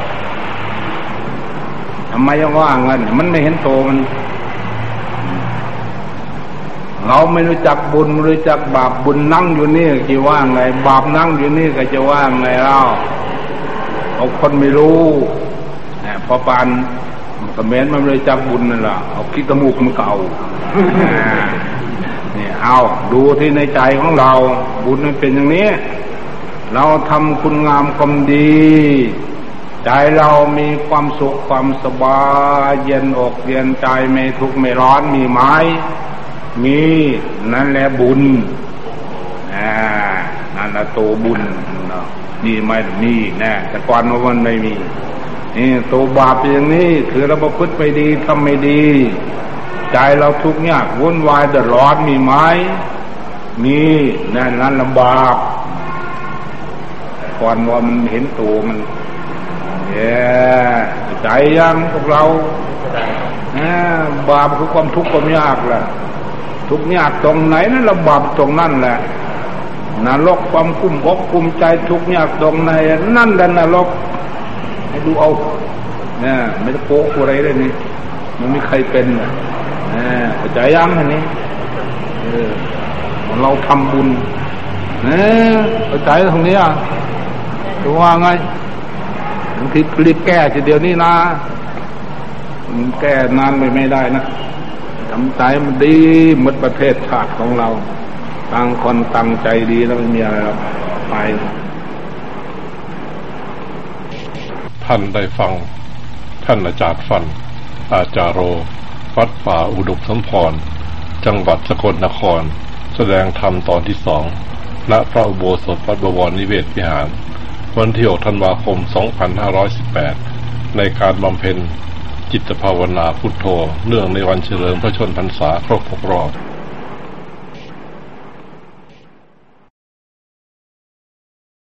ทำไมยังว่างั้นมันไม่เห็นโตมันเราไม่รู้จักบุญไม่รู้จักบาปบุญนั่งอยู่นี่จะว่าไงบาปนั่งอยู่นี่ก็จะว่าไงเราเอาคนไม่รู้พอปานมันก็เม้นมันไม่รู้จักบุญนั่นแหละเอาขี้ตะมูกมันเก่านี่เอาดูที่ในใจของเราบุญมันเป็นอย่างนี้เราทำคุณงามความดีใจเรามีความสุขความสบายเย็นอกเย็นใจไม่ทุกข์ไม่ร้อนมีไหมมีนั่นแหละบุญอ่านั่นแหละตัวบุญนี่ไม่มีแน่แต่ก่อนมันไม่มีนี่ตัวบาปอย่างนี้คือเราประพฤติไม่ดีทำไม่ดีใจเราทุกข์ยากวุ่นวายเดือดร้อนมีไหมมีนั่นนั่นลำบากก่อนว่ามันเห็นตัวมันเย้ใจยังพวกเราบาปคือความทุกข์ความยากแหละทุกข์ยากตรงไหนนั่นเราบาปตรงนั่นแหละนรกความกุ้มอกกุ้มใจทุกข์ยากตรงไหนนั่นแหละนรกให้ดูเอาเนี่ยไม่ได้โป๊ะอะไรเลยนี่มันไม่ใครเป็นเนี่ยใจยังอันนี้เออเราทำบุญเนี่ยใจตรงนี้อ่ะดูว่าไงบางทีรีบแก้ทีเดียวนี่นะมันแก้นานไปไม่ได้นะทำใจมันดีหมดประเทศชาติของเราต่างคนต่างใจดีแล้วไม่มีอะไรหรอกไปท่านได้ฟังท่านอาจารย์ฟันอาจารโรวัดป่าอุดมสมพรจังหวัดสกลนครแสดงธรรมตอนที่สองณพระอุโบสถวัดบวรนิเวศวิหารวันที่หกธันวาคมสองพันห้าร้อยสิบแปดในการบำเพ็ญจิตภาวนาพุทโธเนื่องในวันเฉลิมพระชนมพรรษาครบหกรอบ